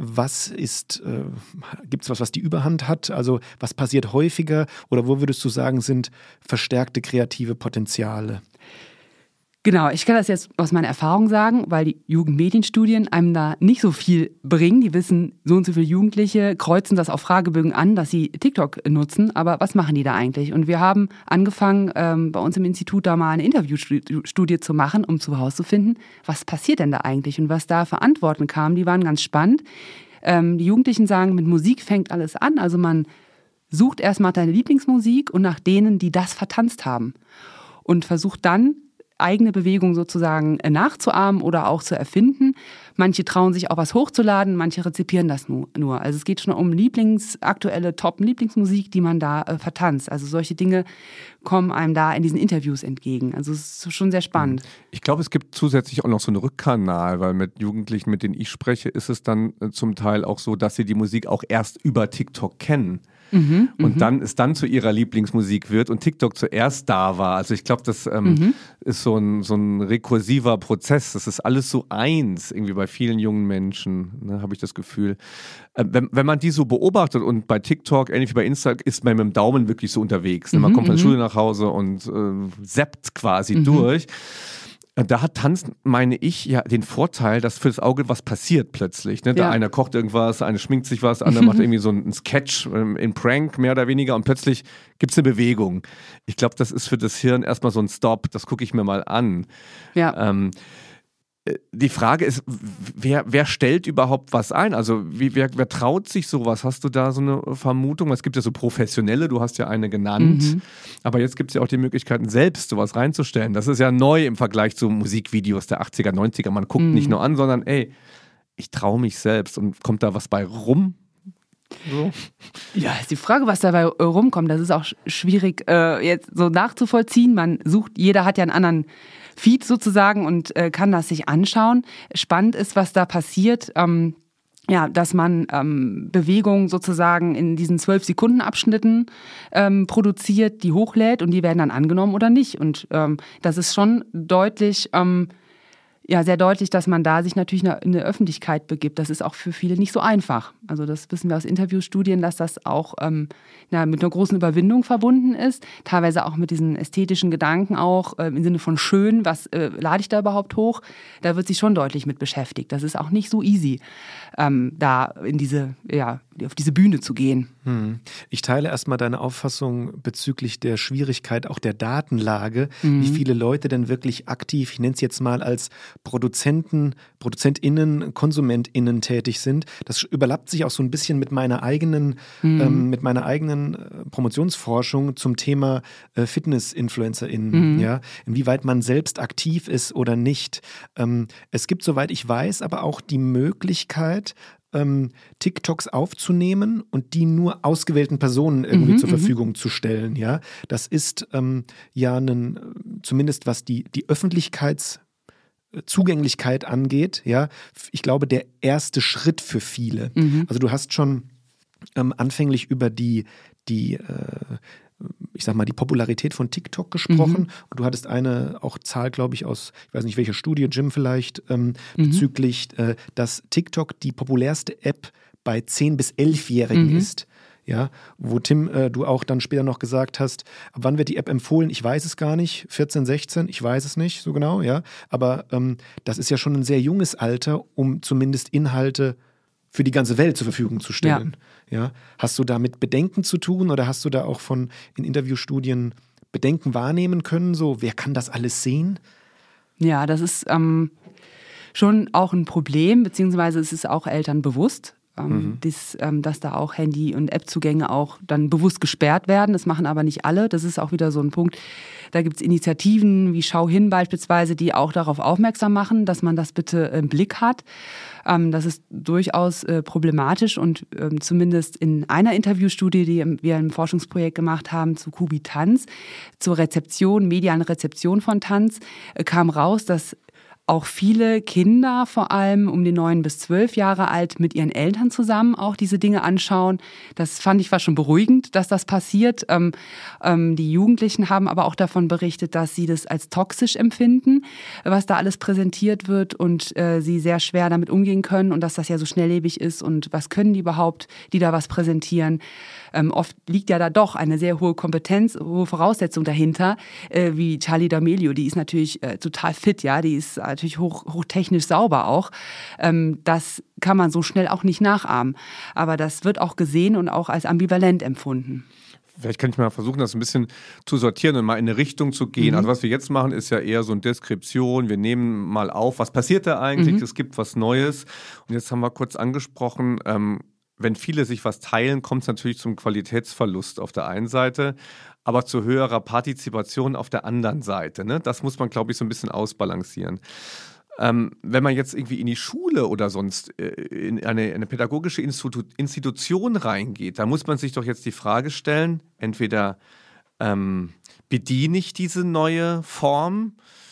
gibt's was die Überhand hat? Also was passiert häufiger? Oder wo würdest du sagen, sind verstärkte kreative Potenziale? Genau, ich kann das jetzt aus meiner Erfahrung sagen, weil die Jugendmedienstudien einem da nicht so viel bringen. Die wissen, so und so viele Jugendliche kreuzen das auf Fragebögen an, dass sie TikTok nutzen. Aber was machen die da eigentlich? Und wir haben angefangen, bei uns im Institut da mal eine Interviewstudie zu machen, um herauszufinden, was passiert denn da eigentlich? Und was da für Antworten kam, die waren ganz spannend. Die Jugendlichen sagen, mit Musik fängt alles an. Also man sucht erstmal deine Lieblingsmusik und nach denen, die das vertanzt haben. Und versucht dann, eigene Bewegung sozusagen nachzuahmen oder auch zu erfinden. Manche trauen sich auch was hochzuladen, manche rezipieren das nur. Also es geht schon um aktuelle Top-Lieblingsmusik, die man da vertanzt. Also solche Dinge kommen einem da in diesen Interviews entgegen. Also es ist schon sehr spannend. Ich glaube, es gibt zusätzlich auch noch so einen Rückkanal, weil mit Jugendlichen, mit denen ich spreche, ist es dann zum Teil auch so, dass sie die Musik auch erst über TikTok kennen. Und dann zu ihrer Lieblingsmusik wird und TikTok zuerst da war. Also ich glaube, das ist so ein rekursiver Prozess. Das ist alles so eins, irgendwie bei vielen jungen Menschen, ne, habe ich das Gefühl. Wenn man die so beobachtet und bei TikTok, ähnlich wie bei Instagram, ist man mit dem Daumen wirklich so unterwegs. Ne? Man kommt von der Schule nach Hause und zappt quasi durch. Da hat Tanz, meine ich, ja den Vorteil, dass für das Auge was passiert plötzlich. Ne? Der eine kocht irgendwas, eine schminkt sich was, der andere macht irgendwie so einen Sketch, in Prank mehr oder weniger und plötzlich gibt es eine Bewegung. Ich glaube, das ist für das Hirn erstmal so ein Stop, das gucke ich mir mal an. Ja. Die Frage ist, wer stellt überhaupt was ein? Also wer traut sich sowas? Hast du da so eine Vermutung? Es gibt ja so Professionelle, du hast ja eine genannt, aber jetzt gibt es ja auch die Möglichkeiten, selbst sowas reinzustellen. Das ist ja neu im Vergleich zu Musikvideos der 80er, 90er. Man guckt nicht nur an, sondern ich traue mich selbst. Und kommt da was bei rum? So. Ja, ist die Frage, was dabei rumkommt. Das ist auch schwierig jetzt so nachzuvollziehen. Jeder hat ja einen anderen Feed sozusagen und kann das sich anschauen. Spannend ist, was da passiert. Dass man Bewegungen sozusagen in diesen 12-Sekunden-Abschnitten produziert, die hochlädt und die werden dann angenommen oder nicht. Und das ist schon deutlich, sehr deutlich, dass man da sich natürlich in eine Öffentlichkeit begibt. Das ist auch für viele nicht so einfach. Also das wissen wir aus Interviewstudien, dass das auch mit einer großen Überwindung verbunden ist. Teilweise auch mit diesen ästhetischen Gedanken auch im Sinne von schön, was lade ich da überhaupt hoch? Da wird sich schon deutlich mit beschäftigt. Das ist auch nicht so easy, da auf diese Bühne zu gehen. Ich teile erstmal deine Auffassung bezüglich der Schwierigkeit auch der Datenlage, wie viele Leute denn wirklich aktiv, ich nenne es jetzt mal als ProduzentInnen, KonsumentInnen tätig sind. Das überlappt sich auch so ein bisschen mit meiner eigenen Promotionsforschung zum Thema Fitness-InfluencerInnen. Ja? Inwieweit man selbst aktiv ist oder nicht. Es gibt, soweit ich weiß, aber auch die Möglichkeit, TikToks aufzunehmen und die nur ausgewählten Personen irgendwie zur Verfügung zu stellen. Ja? Das ist zumindest was die Öffentlichkeitszugänglichkeit angeht, ja, ich glaube, der erste Schritt für viele. Also du hast schon anfänglich über die Popularität von TikTok gesprochen und du hattest eine auch Zahl, glaube ich, aus, ich weiß nicht welcher Studie, Jim vielleicht, bezüglich, dass TikTok die populärste App bei 10- bis 11-Jährigen ist. Ja, wo Tim, du auch dann später noch gesagt hast, ab wann wird die App empfohlen? Ich weiß es gar nicht, 14, 16, ich weiß es nicht so genau, ja. Aber das ist ja schon ein sehr junges Alter, um zumindest Inhalte für die ganze Welt zur Verfügung zu stellen. Ja. Hast du da mit Bedenken zu tun oder hast du da auch in Interviewstudien Bedenken wahrnehmen können? So, wer kann das alles sehen? Ja, das ist schon auch ein Problem, beziehungsweise es ist auch Eltern bewusst. Dass da auch Handy- und App-Zugänge auch dann bewusst gesperrt werden. Das machen aber nicht alle. Das ist auch wieder so ein Punkt. Da gibt es Initiativen wie Schau hin beispielsweise, die auch darauf aufmerksam machen, dass man das bitte im Blick hat. Das ist durchaus problematisch und zumindest in einer Interviewstudie, die wir im Forschungsprojekt gemacht haben zu Kubi Tanz, zur medialen Rezeption von Tanz, kam raus, dass auch viele Kinder, vor allem um die 9 bis 12 Jahre alt, mit ihren Eltern zusammen auch diese Dinge anschauen. Das fand ich war schon beruhigend, dass das passiert. Die Jugendlichen haben aber auch davon berichtet, dass sie das als toxisch empfinden, was da alles präsentiert wird und sie sehr schwer damit umgehen können und dass das ja so schnelllebig ist und was können die überhaupt, die da was präsentieren. Oft liegt ja da doch eine sehr hohe Kompetenz, hohe Voraussetzung dahinter, wie Charli D'Amelio, die ist natürlich total fit, ja, die ist natürlich hochtechnisch sauber auch. Das kann man so schnell auch nicht nachahmen. Aber das wird auch gesehen und auch als ambivalent empfunden. Vielleicht kann ich mal versuchen, das ein bisschen zu sortieren und mal in eine Richtung zu gehen. Also was wir jetzt machen, ist ja eher so eine Deskription. Wir nehmen mal auf, was passiert da eigentlich? Es gibt was Neues. Und jetzt haben wir kurz angesprochen, wenn viele sich was teilen, kommt es natürlich zum Qualitätsverlust auf der einen Seite, aber zu höherer Partizipation auf der anderen Seite. Ne? Das muss man, glaube ich, so ein bisschen ausbalancieren. Wenn man jetzt irgendwie in die Schule oder sonst in eine pädagogische Institution reingeht, da muss man sich doch jetzt die Frage stellen, entweder bediene ich diese neue Form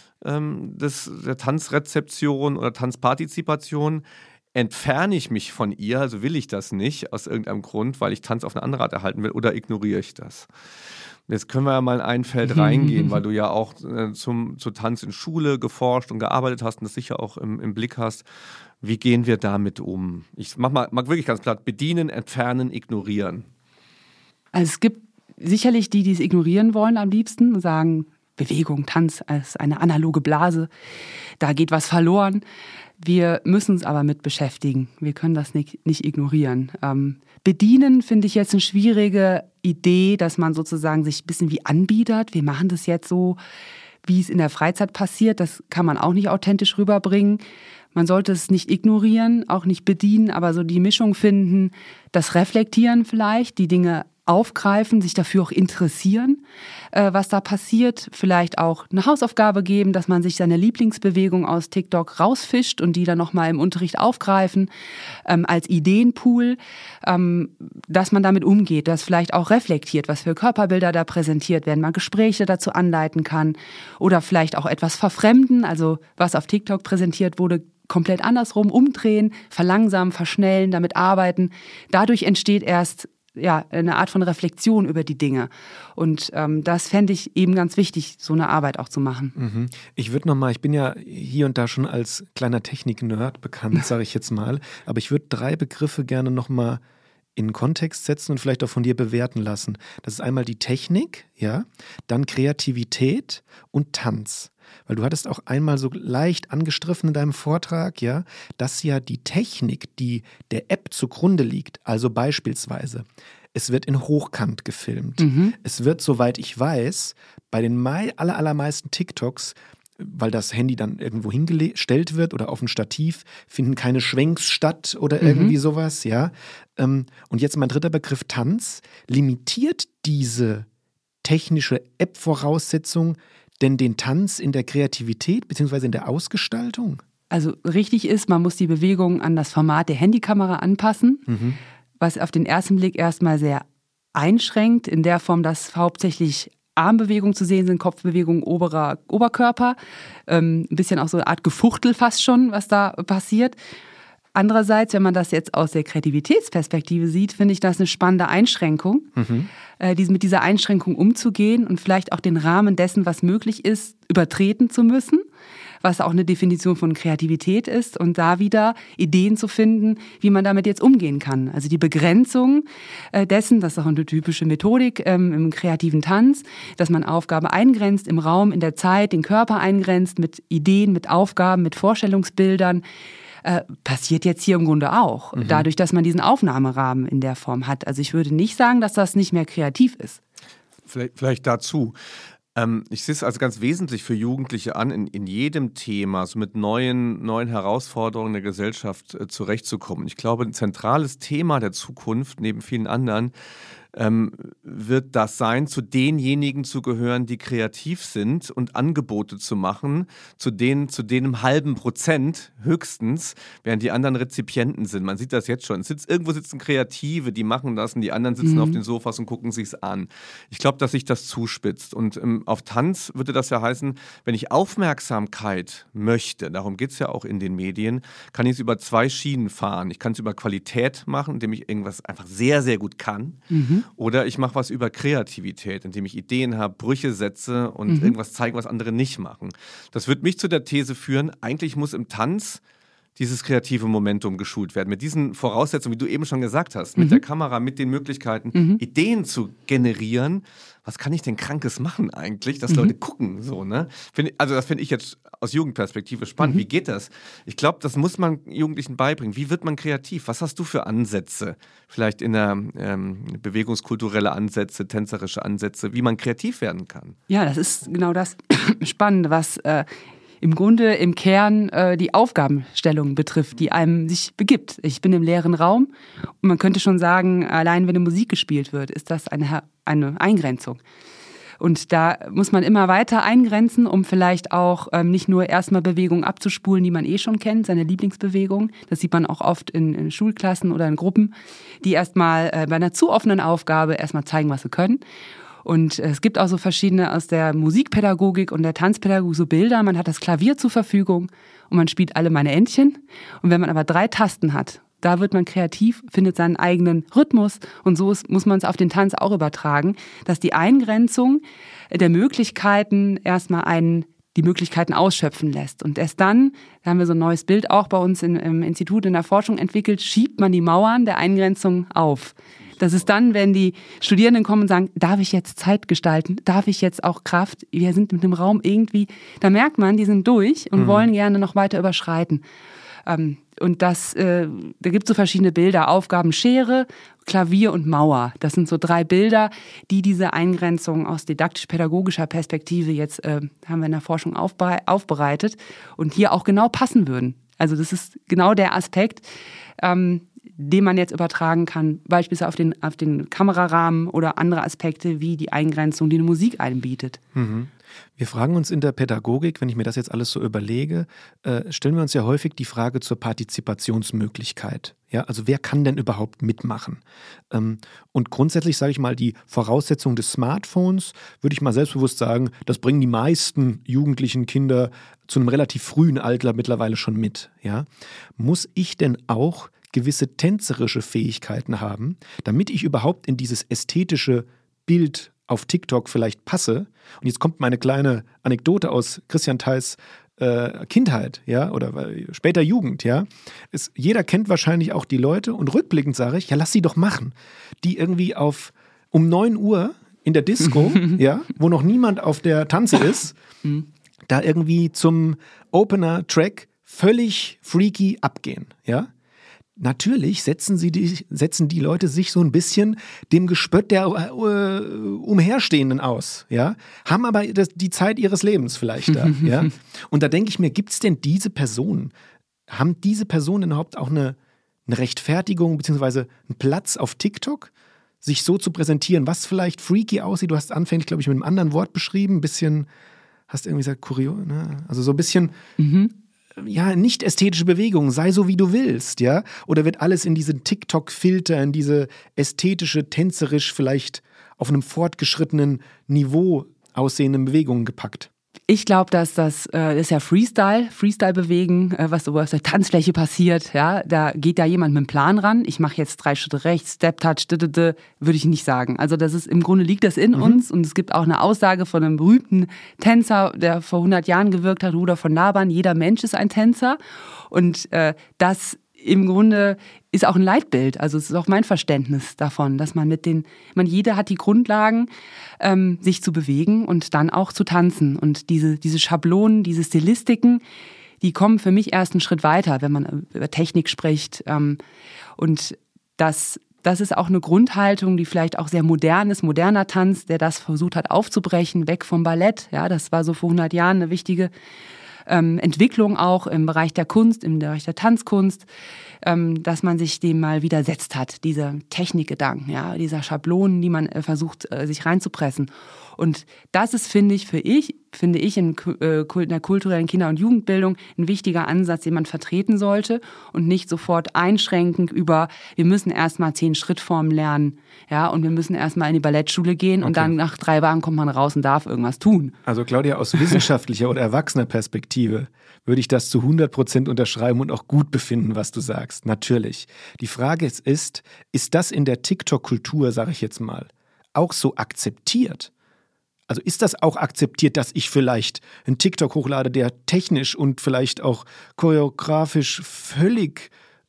der Tanzrezeption oder Tanzpartizipation, entferne ich mich von ihr, also will ich das nicht aus irgendeinem Grund, weil ich Tanz auf eine andere Art erhalten will, oder ignoriere ich das? Jetzt können wir ja mal in ein Feld reingehen, weil du ja auch zu Tanz in Schule geforscht und gearbeitet hast und das sicher auch im Blick hast. Wie gehen wir damit um? Ich mag wirklich ganz platt, bedienen, entfernen, ignorieren. Also es gibt sicherlich die es ignorieren wollen am liebsten und sagen, Bewegung, Tanz als eine analoge Blase, da geht was verloren. Wir müssen uns aber mit beschäftigen. Wir können das nicht ignorieren. Bedienen finde ich jetzt eine schwierige Idee, dass man sozusagen sich ein bisschen wie anbietet. Wir machen das jetzt so, wie es in der Freizeit passiert. Das kann man auch nicht authentisch rüberbringen. Man sollte es nicht ignorieren, auch nicht bedienen, aber so die Mischung finden, das Reflektieren vielleicht, die Dinge aufgreifen, sich dafür auch interessieren, was da passiert. Vielleicht auch eine Hausaufgabe geben, dass man sich seine Lieblingsbewegung aus TikTok rausfischt und die dann nochmal im Unterricht aufgreifen, als Ideenpool, dass man damit umgeht, dass vielleicht auch reflektiert, was für Körperbilder da präsentiert werden, man Gespräche dazu anleiten kann oder vielleicht auch etwas verfremden, also was auf TikTok präsentiert wurde, komplett andersrum umdrehen, verlangsamen, verschnellen, damit arbeiten. Dadurch entsteht erst eine Art von Reflexion über die Dinge. Und das fände ich eben ganz wichtig, so eine Arbeit auch zu machen. Ich bin ja hier und da schon als kleiner Technik-Nerd bekannt, sage ich jetzt mal, aber ich würde 3 Begriffe gerne nochmal in Kontext setzen und vielleicht auch von dir bewerten lassen. Das ist einmal die Technik, ja, dann Kreativität und Tanz. Weil du hattest auch einmal so leicht angestriffen in deinem Vortrag, ja, dass ja die Technik, die der App zugrunde liegt, also beispielsweise, es wird in Hochkant gefilmt. Es wird, soweit ich weiß, bei den allermeisten TikToks, weil das Handy dann irgendwo hingestellt wird oder auf ein Stativ, finden keine Schwenks statt oder irgendwie sowas, ja. Und jetzt mein 3. Begriff Tanz. Limitiert diese technische App-Voraussetzung denn den Tanz in der Kreativität bzw. in der Ausgestaltung? Also richtig ist, man muss die Bewegung an das Format der Handykamera anpassen, was auf den ersten Blick erstmal sehr einschränkt, in der Form, dass hauptsächlich Armbewegungen zu sehen sind, Kopfbewegungen, Oberkörper, ein bisschen auch so eine Art Gefuchtel fast schon, was da passiert. Andererseits, wenn man das jetzt aus der Kreativitätsperspektive sieht, finde ich das eine spannende Einschränkung, mit dieser Einschränkung umzugehen und vielleicht auch den Rahmen dessen, was möglich ist, übertreten zu müssen, was auch eine Definition von Kreativität ist und da wieder Ideen zu finden, wie man damit jetzt umgehen kann. Also die Begrenzung dessen, das ist auch eine typische Methodik im kreativen Tanz, dass man Aufgaben eingrenzt im Raum, in der Zeit, den Körper eingrenzt mit Ideen, mit Aufgaben, mit Vorstellungsbildern, passiert jetzt hier im Grunde auch, dadurch, dass man diesen Aufnahmerahmen in der Form hat. Also ich würde nicht sagen, dass das nicht mehr kreativ ist. Vielleicht dazu. Ich sehe es also ganz wesentlich für Jugendliche an, in jedem Thema so mit neuen Herausforderungen der Gesellschaft zurechtzukommen. Ich glaube, ein zentrales Thema der Zukunft, neben vielen anderen, wird das sein, zu denjenigen zu gehören, die kreativ sind und Angebote zu machen, zu dem halben Prozent höchstens, während die anderen Rezipienten sind. Man sieht das jetzt schon. Irgendwo sitzen Kreative, die machen das und die anderen sitzen auf den Sofas und gucken sich's an. Ich glaube, dass sich das zuspitzt. Und auf Tanz würde das ja heißen, wenn ich Aufmerksamkeit möchte, darum geht's ja auch in den Medien, kann ich es über 2 Schienen fahren. Ich kann es über Qualität machen, indem ich irgendwas einfach sehr, sehr gut kann. Oder ich mache was über Kreativität, indem ich Ideen habe, Brüche setze und irgendwas zeige, was andere nicht machen. Das wird mich zu der These führen, eigentlich muss im Tanz dieses kreative Momentum geschult werden. Mit diesen Voraussetzungen, wie du eben schon gesagt hast, mit der Kamera, mit den Möglichkeiten, Ideen zu generieren. Was kann ich denn Krankes machen eigentlich, dass Leute gucken, so, ne? Das finde ich jetzt aus Jugendperspektive spannend. Wie geht das? Ich glaube, das muss man Jugendlichen beibringen. Wie wird man kreativ? Was hast du für Ansätze? Vielleicht in der bewegungskulturelle Ansätze, tänzerische Ansätze, wie man kreativ werden kann? Ja, das ist genau das Spannende, was im Grunde im Kern die Aufgabenstellung betrifft, die einem sich begibt. Ich bin im leeren Raum und man könnte schon sagen, allein wenn eine Musik gespielt wird, ist das eine Eingrenzung. Und da muss man immer weiter eingrenzen, um vielleicht auch nicht nur erstmal Bewegungen abzuspulen, die man schon kennt, seine Lieblingsbewegung. Das sieht man auch oft in Schulklassen oder in Gruppen, die erstmal bei einer zu offenen Aufgabe erstmal zeigen, was sie können. Und es gibt auch so verschiedene aus der Musikpädagogik und der Tanzpädagogik so Bilder. Man hat das Klavier zur Verfügung und man spielt alle meine Entchen. Und wenn man aber 3 Tasten hat, da wird man kreativ, findet seinen eigenen Rhythmus. Und so muss man es auf den Tanz auch übertragen, dass die Eingrenzung der Möglichkeiten erstmal die Möglichkeiten ausschöpfen lässt. Und erst dann, da haben wir so ein neues Bild auch bei uns im Institut in der Forschung entwickelt, schiebt man die Mauern der Eingrenzung auf. Das ist dann, wenn die Studierenden kommen und sagen, darf ich jetzt Zeit gestalten? Darf ich jetzt auch Kraft? Wir sind mit dem Raum irgendwie, da merkt man, die sind durch und wollen gerne noch weiter überschreiten. Und da gibt es so verschiedene Bilder, Aufgabenschere, Klavier und Mauer. Das sind so 3 Bilder, die diese Eingrenzung aus didaktisch-pädagogischer Perspektive jetzt haben wir in der Forschung aufbereitet und hier auch genau passen würden. Also das ist genau der Aspekt, den man jetzt übertragen kann, beispielsweise auf den Kamerarahmen oder andere Aspekte wie die Eingrenzung, die eine Musik einbietet. Mhm. Wir fragen uns in der Pädagogik, wenn ich mir das jetzt alles so überlege, stellen wir uns ja häufig die Frage zur Partizipationsmöglichkeit. Ja, also wer kann denn überhaupt mitmachen? Und grundsätzlich sage ich mal, die Voraussetzung des Smartphones, würde ich mal selbstbewusst sagen, das bringen die meisten jugendlichen Kinder zu einem relativ frühen Alter mittlerweile schon mit. Ja? Muss ich denn auch gewisse tänzerische Fähigkeiten haben, damit ich überhaupt in dieses ästhetische Bild auf TikTok vielleicht passe? Und jetzt kommt meine kleine Anekdote aus Christian Theils Kindheit, ja, oder später Jugend, ja. Jeder kennt wahrscheinlich auch die Leute und rückblickend sage ich, ja, lass sie doch machen. Die irgendwie um 9 Uhr in der Disco, ja, wo noch niemand auf der Tanze ist, da irgendwie zum Opener-Track völlig freaky abgehen, ja. Natürlich setzen die Leute sich so ein bisschen dem Gespött der Umherstehenden aus, ja, haben aber die Zeit ihres Lebens vielleicht da, ja. Und da denke ich mir, gibt es denn diese Personen, haben diese Personen überhaupt auch eine Rechtfertigung beziehungsweise einen Platz auf TikTok, sich so zu präsentieren, was vielleicht freaky aussieht? Du hast anfänglich, glaube ich, mit einem anderen Wort beschrieben, ein bisschen, hast irgendwie gesagt, kurios, ne? Also so ein bisschen... Ja, nicht ästhetische Bewegung, sei so wie du willst, ja? Oder wird alles in diesen TikTok-Filter, in diese ästhetische, tänzerisch vielleicht auf einem fortgeschrittenen Niveau aussehenden Bewegungen gepackt? Ich glaube, dass das ist ja Freestyle-Bewegen, was so auf der Tanzfläche passiert. Ja, da geht ja jemand mit einem Plan ran. Ich mache jetzt 3 Schritte rechts, Step-Touch, würde ich nicht sagen. Also das ist, im Grunde liegt das in uns und es gibt auch eine Aussage von einem berühmten Tänzer, der vor 100 Jahren gewirkt hat, Rudolf von Laban, jeder Mensch ist ein Tänzer und das im Grunde ist auch ein Leitbild. Also es ist auch mein Verständnis davon, dass jeder hat die Grundlagen, sich zu bewegen und dann auch zu tanzen. Und diese Schablonen, diese Stilistiken, die kommen für mich erst einen Schritt weiter, wenn man über Technik spricht. Und das ist auch eine Grundhaltung, die vielleicht auch sehr modern ist, moderner Tanz, der das versucht hat aufzubrechen, weg vom Ballett. Ja, das war so vor 100 Jahren eine wichtige Entwicklung auch im Bereich der Kunst, im Bereich der Tanzkunst, dass man sich dem mal widersetzt hat, dieser Technikgedanken, ja, dieser Schablonen, die man versucht, sich reinzupressen. Und das ist, finde ich, in der kulturellen Kinder- und Jugendbildung ein wichtiger Ansatz, den man vertreten sollte und nicht sofort einschränkend wir müssen erstmal 10 Schrittformen lernen, ja, und wir müssen erstmal in die Ballettschule gehen und dann nach 3 Jahren kommt man raus und darf irgendwas tun. Also Claudia, aus wissenschaftlicher oder erwachsener Perspektive würde ich das zu 100% unterschreiben und auch gut befinden, was du sagst. Natürlich. Die Frage ist das in der TikTok-Kultur, sage ich jetzt mal, auch so akzeptiert? Also ist das auch akzeptiert, dass ich vielleicht einen TikTok hochlade, der technisch und vielleicht auch choreografisch völlig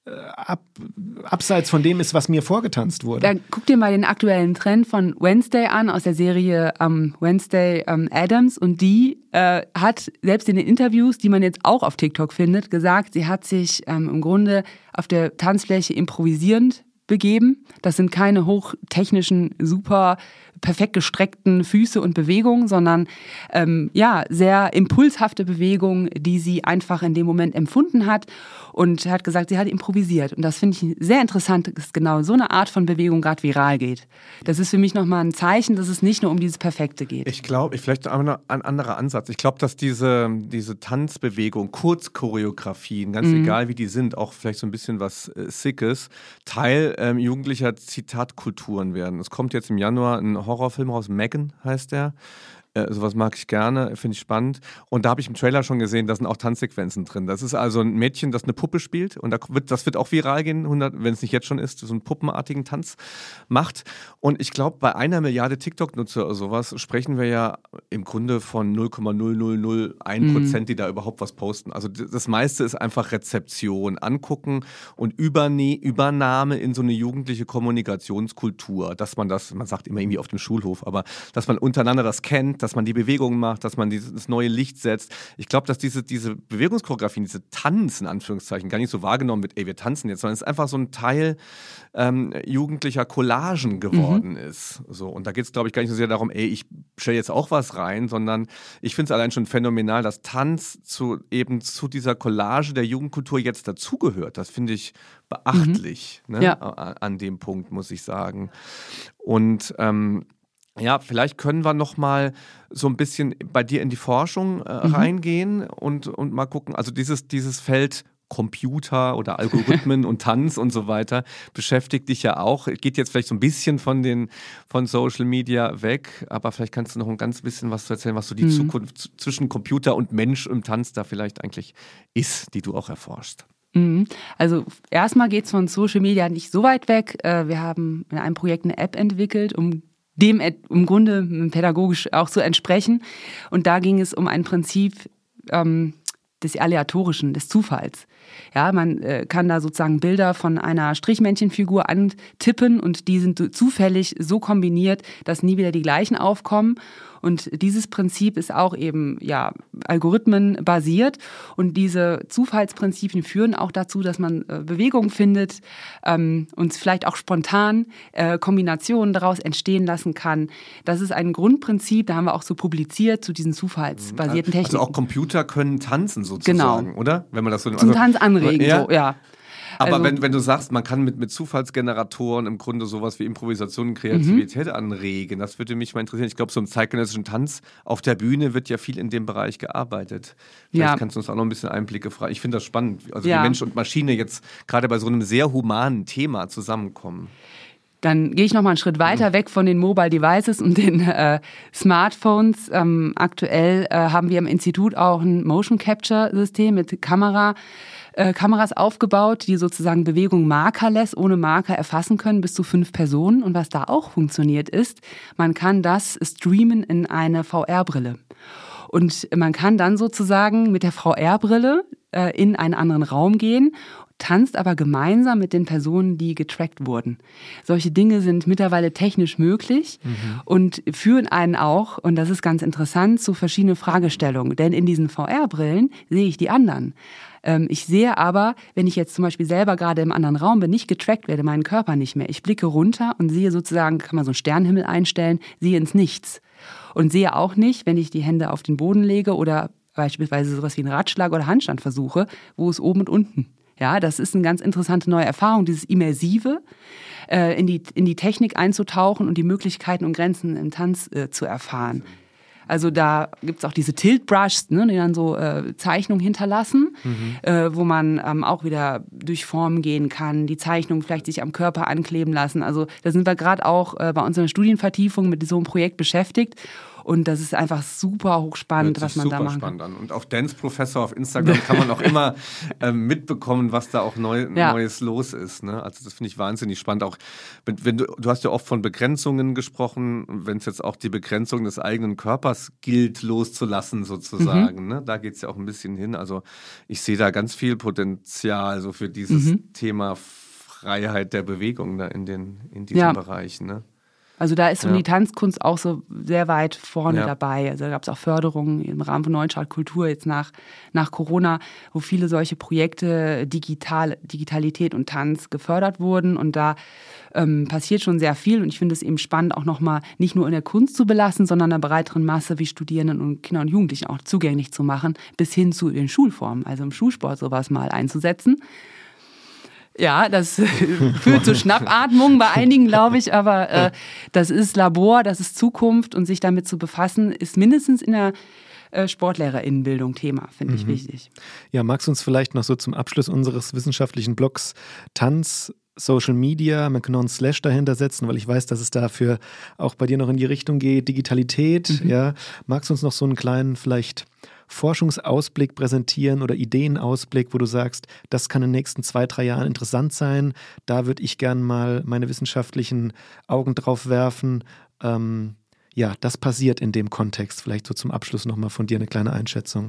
abseits von dem ist, was mir vorgetanzt wurde? Dann guck dir mal den aktuellen Trend von Wednesday an, aus der Serie Wednesday Addams. Und die hat selbst in den Interviews, die man jetzt auch auf TikTok findet, gesagt, sie hat sich im Grunde auf der Tanzfläche improvisierend begeben. Das sind keine hochtechnischen, super perfekt gestreckten Füße und Bewegungen, sondern sehr impulshafte Bewegungen, die sie einfach in dem Moment empfunden hat und hat gesagt, sie hat improvisiert. Und das finde ich sehr interessant, dass genau so eine Art von Bewegung gerade viral geht. Das ist für mich nochmal ein Zeichen, dass es nicht nur um dieses Perfekte geht. Ich glaube, vielleicht ein anderer Ansatz. Ich glaube, dass diese Tanzbewegung, Kurzchoreografien, ganz egal wie die sind, auch vielleicht so ein bisschen was Sickes, Teil jugendlicher Zitatkulturen werden. Es kommt jetzt im Januar ein Horrorfilm raus, Megan heißt der. Sowas mag ich gerne, finde ich spannend. Und da habe ich im Trailer schon gesehen, da sind auch Tanzsequenzen drin. Das ist also ein Mädchen, das eine Puppe spielt und das wird auch viral gehen, wenn es nicht jetzt schon ist, so einen puppenartigen Tanz macht. Und ich glaube, bei 1 Milliarde TikTok-Nutzer oder sowas sprechen wir ja im Grunde von 0,0001%, die da überhaupt was posten. Also das meiste ist einfach Rezeption, angucken und Übernahme in so eine jugendliche Kommunikationskultur, dass man sagt immer irgendwie auf dem Schulhof, aber dass man untereinander das kennt, dass man die Bewegungen macht, dass man das neue Licht setzt. Ich glaube, dass diese Bewegungschoreografien, diese Tanz in Anführungszeichen, gar nicht so wahrgenommen wird, wir tanzen jetzt, sondern es ist einfach so ein Teil jugendlicher Collagen geworden ist. So, und da geht es, glaube ich, gar nicht so sehr darum, ich stelle jetzt auch was rein, sondern ich finde es allein schon phänomenal, dass Tanz zu dieser Collage der Jugendkultur jetzt dazugehört. Das finde ich beachtlich an dem Punkt, muss ich sagen. Und vielleicht können wir noch mal so ein bisschen bei dir in die Forschung reingehen und mal gucken, also dieses Feld Computer oder Algorithmen und Tanz und so weiter beschäftigt dich ja auch. Geht jetzt vielleicht so ein bisschen von Social Media weg, aber vielleicht kannst du noch ein ganz bisschen was zu erzählen, was so die Zukunft zwischen Computer und Mensch im Tanz da vielleicht eigentlich ist, die du auch erforschst. Also erstmal geht es von Social Media nicht so weit weg. Wir haben in einem Projekt eine App entwickelt, um dem im Grunde pädagogisch auch zu entsprechen. Und da ging es um ein Prinzip des Aleatorischen, des Zufalls. Ja, man kann da sozusagen Bilder von einer Strichmännchenfigur antippen und die sind zufällig so kombiniert, dass nie wieder die gleichen aufkommen. Und dieses Prinzip ist auch eben algorithmenbasiert. Und diese Zufallsprinzipien führen auch dazu, dass man Bewegungen findet und vielleicht auch spontan Kombinationen daraus entstehen lassen kann. Das ist ein Grundprinzip, da haben wir auch so publiziert zu diesen zufallsbasierten Techniken. Also auch Computer können tanzen sozusagen, genau. Oder? Wenn man das so zum Tanz anregen, so, ja. Aber wenn du sagst, man kann mit Zufallsgeneratoren im Grunde sowas wie Improvisation und Kreativität anregen, das würde mich mal interessieren. Ich glaube, so im zeitgenössischen Tanz auf der Bühne wird ja viel in dem Bereich gearbeitet. Vielleicht kannst du uns auch noch ein bisschen Einblicke fragen. Ich finde das spannend, also wie Mensch und Maschine jetzt gerade bei so einem sehr humanen Thema zusammenkommen. Dann gehe ich noch mal einen Schritt weiter weg von den Mobile Devices und den Smartphones. Aktuell haben wir im Institut auch ein Motion Capture System mit Kameras aufgebaut, die sozusagen Bewegung markerless, ohne Marker erfassen können, bis zu 5 Personen. Und was da auch funktioniert ist, man kann das streamen in eine VR-Brille. Und man kann dann sozusagen mit der VR-Brille in einen anderen Raum gehen, tanzt aber gemeinsam mit den Personen, die getrackt wurden. Solche Dinge sind mittlerweile technisch möglich und führen einen auch, und das ist ganz interessant, zu verschiedenen Fragestellungen. Denn in diesen VR-Brillen sehe ich die anderen. Ich sehe aber, wenn ich jetzt zum Beispiel selber gerade im anderen Raum bin, nicht getrackt werde, meinen Körper nicht mehr. Ich blicke runter und sehe sozusagen, kann man so einen Sternenhimmel einstellen, sehe ins Nichts. Und sehe auch nicht, wenn ich die Hände auf den Boden lege oder beispielsweise sowas wie einen Ratschlag oder Handstand versuche, wo es oben und unten. Ja, das ist eine ganz interessante neue Erfahrung, dieses Immersive, in die Technik einzutauchen und die Möglichkeiten und Grenzen im Tanz zu erfahren. Also da gibt es auch diese Tilt-Brushs, ne, die dann so Zeichnungen hinterlassen, wo man auch wieder durch Formen gehen kann, die Zeichnungen vielleicht sich am Körper ankleben lassen. Also da sind wir gerade auch bei unserer Studienvertiefung mit so einem Projekt beschäftigt. Und das ist einfach super hochspannend, was man da machen kann. An. Und auf Dance Professor auf Instagram kann man auch immer mitbekommen, was da auch Neues los ist. Ne? Also das finde ich wahnsinnig spannend. Auch du hast ja oft von Begrenzungen gesprochen, wenn es jetzt auch die Begrenzung des eigenen Körpers gilt, loszulassen sozusagen. Ne? Da geht es ja auch ein bisschen hin. Also ich sehe da ganz viel Potenzial so für dieses Thema Freiheit der Bewegung da in diesem Bereich. Ne? Also da ist die Tanzkunst auch so sehr weit vorne dabei. Also da gab es auch Förderungen im Rahmen von Neustart Kultur jetzt nach Corona, wo viele solche Projekte Digitalität und Tanz gefördert wurden. Und da passiert schon sehr viel. Und ich finde es eben spannend, auch nochmal nicht nur in der Kunst zu belassen, sondern einer breiteren Masse wie Studierenden und Kinder und Jugendlichen auch zugänglich zu machen, bis hin zu den Schulformen, also im Schulsport sowas mal einzusetzen. Ja, das führt zu Schnappatmung bei einigen, glaube ich, aber das ist Labor, das ist Zukunft und sich damit zu befassen, ist mindestens in der SportlehrerInnenbildung Thema, finde ich wichtig. Ja, magst du uns vielleicht noch so zum Abschluss unseres wissenschaftlichen Blogs Tanz, Social Media, man kann noch einen Slash dahinter setzen, weil ich weiß, dass es dafür auch bei dir noch in die Richtung geht, Digitalität, ja. Magst du uns noch so einen kleinen vielleicht Forschungsausblick präsentieren oder Ideenausblick, wo du sagst, das kann in den nächsten 2-3 Jahren interessant sein, da würde ich gern mal meine wissenschaftlichen Augen drauf werfen. Das passiert in dem Kontext. Vielleicht so zum Abschluss nochmal von dir eine kleine Einschätzung.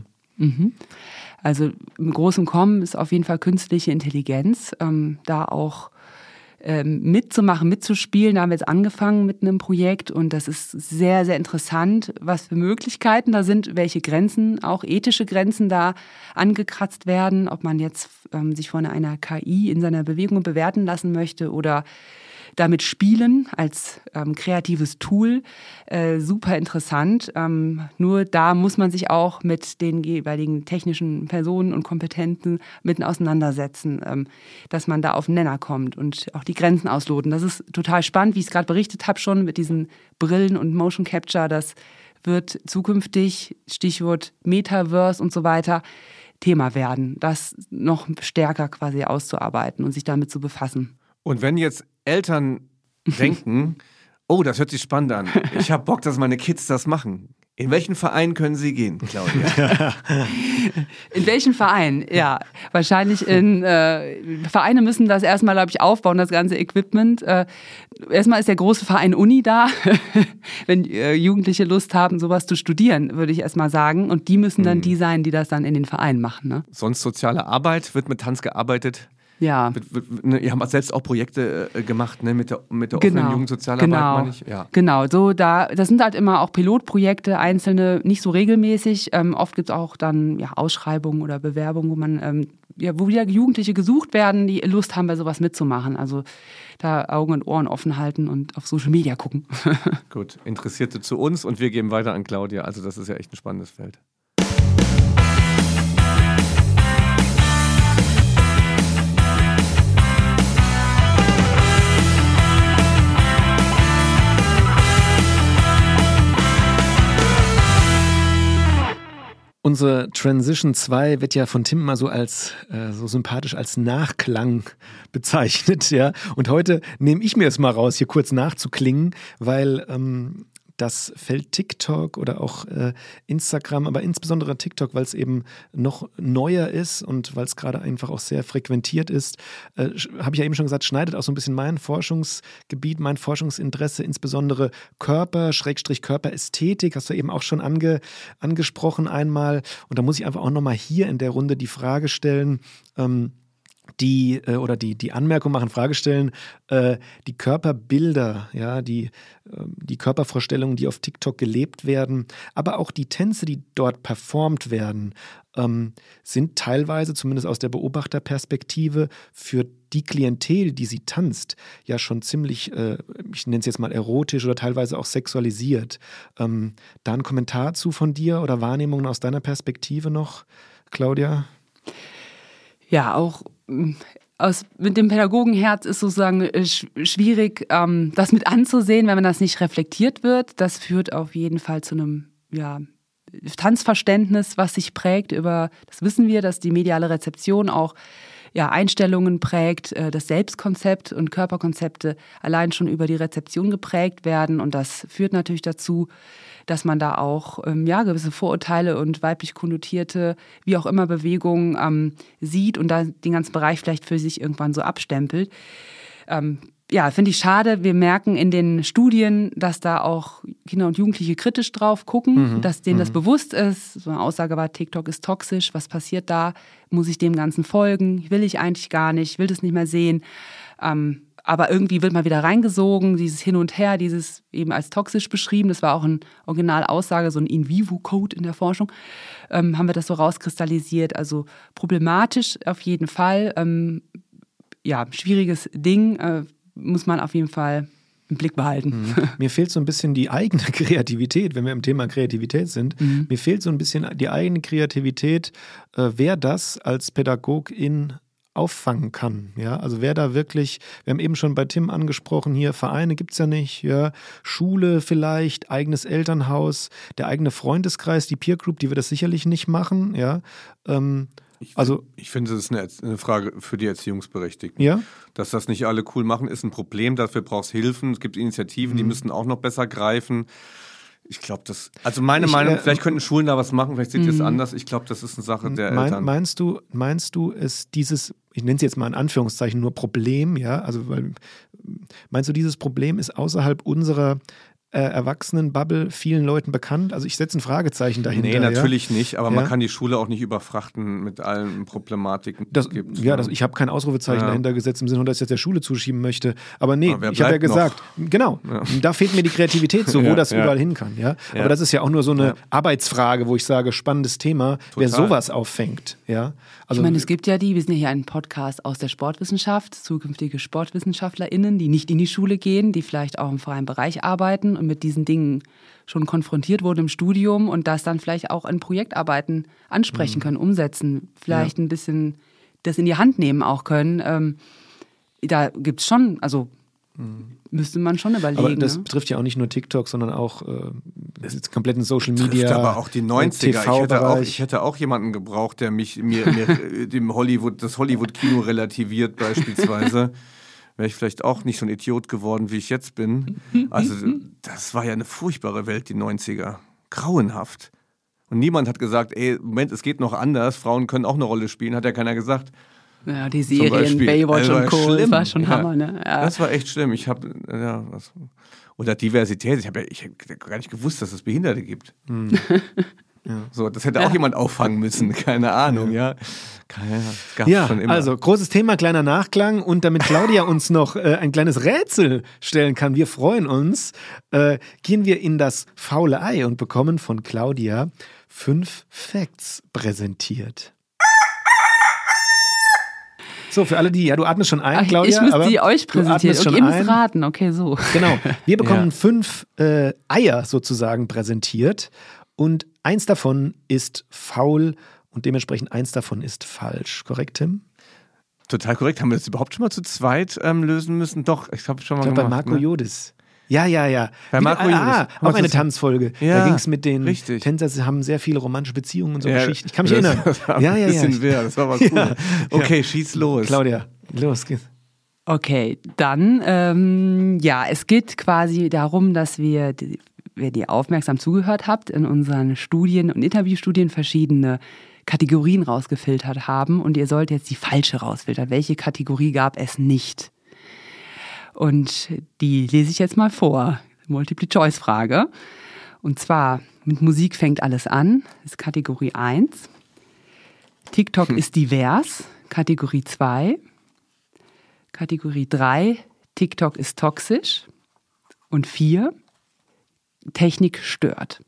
Also im großen Kommen ist auf jeden Fall künstliche Intelligenz, da auch mitzumachen, mitzuspielen. Da haben wir jetzt angefangen mit einem Projekt und das ist sehr, sehr interessant, was für Möglichkeiten da sind, welche Grenzen, auch ethische Grenzen da angekratzt werden, ob man jetzt sich von einer KI in seiner Bewegung bewerten lassen möchte oder damit spielen als kreatives Tool. Super interessant. Nur da muss man sich auch mit den jeweiligen technischen Personen und Kompetenten mitten auseinandersetzen, dass man da auf den Nenner kommt und auch die Grenzen ausloten. Das ist total spannend, wie ich es gerade berichtet habe schon mit diesen Brillen und Motion Capture. Das wird zukünftig, Stichwort Metaverse und so weiter, Thema werden, das noch stärker quasi auszuarbeiten und sich damit zu befassen. Und wenn jetzt Eltern denken, oh, das hört sich spannend an, ich habe Bock, dass meine Kids das machen. In welchen Verein können sie gehen, Claudia? In welchen Verein? Ja, wahrscheinlich in Vereine müssen das erstmal, glaube ich, aufbauen, das ganze Equipment. Erstmal ist der große Verein Uni da, wenn Jugendliche Lust haben, sowas zu studieren, würde ich erstmal sagen. Und die müssen dann die sein, die das dann in den Vereinen machen. Ne? Sonst soziale Arbeit, wird mit Tanz gearbeitet? Ja. Ihr habt selbst auch Projekte gemacht, ne, mit der offenen Jugendsozialarbeit, meine ich. Ja. Genau, das sind halt immer auch Pilotprojekte, einzelne, nicht so regelmäßig. Oft gibt es auch dann Ausschreibungen oder Bewerbungen, wo man wo wieder Jugendliche gesucht werden, die Lust haben, bei sowas mitzumachen. Also da Augen und Ohren offen halten und auf Social Media gucken. Gut, Interessierte zu uns und wir geben weiter an Claudia. Also das ist ja echt ein spannendes Feld. Unsere Transition 2 wird ja von Tim immer so als so sympathisch als Nachklang bezeichnet, ja. Und heute nehme ich mir es mal raus, hier kurz nachzuklingen, weil das Feld TikTok oder auch Instagram, aber insbesondere TikTok, weil es eben noch neuer ist und weil es gerade einfach auch sehr frequentiert ist, habe ich ja eben schon gesagt, schneidet auch so ein bisschen mein Forschungsgebiet, mein Forschungsinteresse, insbesondere Körperästhetik, hast du eben auch schon angesprochen einmal. Und da muss ich einfach auch nochmal hier in der Runde die Frage stellen, die Anmerkung machen, Frage stellen, die Körperbilder, ja, die Körpervorstellungen, die auf TikTok gelebt werden, aber auch die Tänze, die dort performt werden, sind teilweise, zumindest aus der Beobachterperspektive, für die Klientel, die sie tanzt, ja schon ziemlich, ich nenne es jetzt mal erotisch oder teilweise auch sexualisiert. Da ein Kommentar zu von dir oder Wahrnehmungen aus deiner Perspektive noch, Claudia? Ja, auch mit dem Pädagogenherz ist sozusagen schwierig, das mit anzusehen, wenn man das nicht reflektiert wird. Das führt auf jeden Fall zu einem Tanzverständnis, was sich prägt das wissen wir, dass die mediale Rezeption auch Einstellungen prägt, das Selbstkonzept und Körperkonzepte allein schon über die Rezeption geprägt werden. Und das führt natürlich dazu, dass man da auch gewisse Vorurteile und weiblich konnotierte, wie auch immer, Bewegungen sieht und da den ganzen Bereich vielleicht für sich irgendwann so abstempelt. Finde ich schade. Wir merken in den Studien, dass da auch Kinder und Jugendliche kritisch drauf gucken, dass denen das bewusst ist. So eine Aussage war, TikTok ist toxisch. Was passiert da? Muss ich dem Ganzen folgen? Will ich eigentlich gar nicht, will das nicht mehr sehen. Aber irgendwie wird man wieder reingesogen, dieses Hin und Her, dieses eben als toxisch beschrieben. Das war auch eine Originalaussage, so ein In-Vivo-Code in der Forschung. Haben wir das so rauskristallisiert. Also problematisch auf jeden Fall. Schwieriges Ding. Muss man auf jeden Fall im Blick behalten. Mir fehlt so ein bisschen die eigene Kreativität, wenn wir im Thema Kreativität sind. Mir fehlt so ein bisschen die eigene Kreativität, wer das als Pädagogin auffangen kann. Ja? Also wer da wirklich, wir haben eben schon bei Tim angesprochen, hier Vereine gibt es ja nicht, ja? Schule vielleicht, eigenes Elternhaus, der eigene Freundeskreis, die Peer Group, die wird das sicherlich nicht machen. Ja? Ich finde, das ist eine Frage für die Erziehungsberechtigten. Ja? Dass das nicht alle cool machen, ist ein Problem. Dafür brauchst du Hilfen. Es gibt Initiativen, die müssten auch noch besser greifen. Ich glaube, meine Meinung, vielleicht könnten Schulen da was machen, vielleicht seht ihr es anders. Ich glaube, das ist eine Sache der Eltern. Meinst du, es dieses, ich nenne es jetzt mal in Anführungszeichen nur Problem, ja? Also, meinst du, dieses Problem ist außerhalb unserer Erwachsenenbubble vielen Leuten bekannt? Also ich setze ein Fragezeichen dahinter. Nee, natürlich nicht, aber man Ja. kann die Schule auch nicht überfrachten mit allen Problematiken, die es gibt. Ich habe kein Ausrufezeichen dahinter gesetzt, im Sinne, dass ich jetzt der Schule zuschieben möchte. Aber nee, Aber wer ich habe ja bleibt gesagt, genau, da fehlt mir die Kreativität, so wo das überall hin kann. Ja? Aber das ist ja auch nur so eine Arbeitsfrage, wo ich sage, spannendes Thema, wer sowas auffängt. Ja? Also, Ich meine, es gibt ja wir sind ja hier ein Podcast aus der Sportwissenschaft, zukünftige SportwissenschaftlerInnen, die nicht in die Schule gehen, die vielleicht auch im freien Bereich arbeiten und mit diesen Dingen schon konfrontiert wurden im Studium und das dann vielleicht auch in Projektarbeiten ansprechen können, umsetzen, vielleicht ein bisschen das in die Hand nehmen auch können. Da gibt es schon, also müsste man schon überlegen. aber das betrifft ja auch nicht nur TikTok, sondern auch das ist kompletten Social Media. Trifft aber auch die 90er. TV-Bereich. Ich hätte auch jemanden gebraucht, der mir das Hollywood-Kino relativiert beispielsweise. Wäre ich vielleicht auch nicht so ein Idiot geworden, wie ich jetzt bin. Also das war ja eine furchtbare Welt, die 90er. Grauenhaft. Und niemand hat gesagt, ey, Moment, es geht noch anders, Frauen können auch eine Rolle spielen, hat ja keiner gesagt. Ja, die Zum Serien, Beispiel. Baywatch Also und Co., schlimm. das war schon Hammer, ne? Ja. Das war echt schlimm. Oder Diversität. Ich hätte gar nicht gewusst, dass es Behinderte gibt. So, das hätte auch jemand auffangen müssen. Keine Ahnung, ja. Das gab's schon immer. Also großes Thema, kleiner Nachklang. Und damit Claudia uns noch ein kleines Rätsel stellen kann, wir freuen uns, gehen wir in das faule Ei und bekommen von Claudia 5 Facts präsentiert. So, für alle du atmest schon ein, Claudia. Ich müsste aber die euch du atmest präsentieren. schon Okay, ihr müsst ein. raten, okay, so. Genau, wir bekommen 5 Eier sozusagen präsentiert und eins davon ist faul und dementsprechend eins davon ist falsch. Korrekt, Tim? Total korrekt. Haben wir das überhaupt schon mal zu zweit lösen müssen? Doch, ich habe schon mal Bei gemacht. Marco Jodis. Ja. Bei Marco Jodis. Auch eine Tanzfolge. Ja, Da ging es mit den richtig. Tänzern, sie haben sehr viele romantische Beziehungen und so Ja, Geschichten. Ich kann mich erinnern. Das war ein bisschen wehr, das war aber cool. Okay, schieß los. Claudia, los geht's. Okay, dann, es geht quasi darum, dass wer ihr aufmerksam zugehört habt, in unseren Studien und Interviewstudien verschiedene Kategorien rausgefiltert haben und ihr sollt jetzt die falsche rausfiltern. Welche Kategorie gab es nicht? Und die lese ich jetzt mal vor. Multiple-Choice-Frage. Und zwar, mit Musik fängt alles an. Das ist Kategorie 1. TikTok ist divers. Kategorie 2. Kategorie 3. TikTok ist toxisch. Und 4. Technik stört.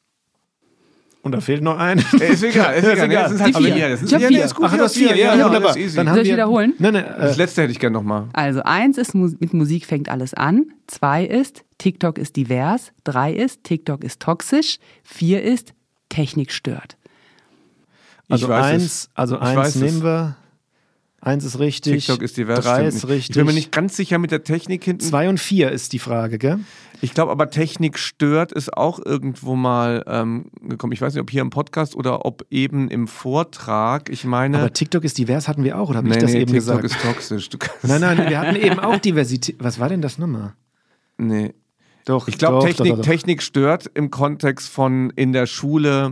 Und da fehlt noch ein. Ist egal. Das sind halt Die 4. vier. Das sind Ich hab 4. Ist gut. Ach, du hast 4. Ja, wunderbar. das ist easy. Dann haben Soll ich wir, wiederholen? Nein, Das letzte hätte ich gerne nochmal. Also 1 ist, mit Musik fängt alles an. 2 ist, TikTok ist divers. 3 ist, TikTok ist toxisch. 4 ist, Technik stört. also Ich weiß 1 weiß nehmen es. wir. 1 ist richtig. TikTok ist divers. 3 stimmt ist nicht. richtig. Ich bin mir nicht ganz sicher mit der Technik hinten. 2 und 4 ist die Frage, gell? Ich glaube aber, Technik stört ist auch irgendwo mal gekommen. Ich weiß nicht, ob hier im Podcast oder ob eben im Vortrag. Ich meine. Aber TikTok ist divers hatten wir auch, oder habe ich das eben TikTok gesagt? ist toxisch. Nein, wir hatten eben auch Diversität. Was war denn das nochmal? Nee. Doch, Ich glaube, doch. Technik stört im Kontext von in der Schule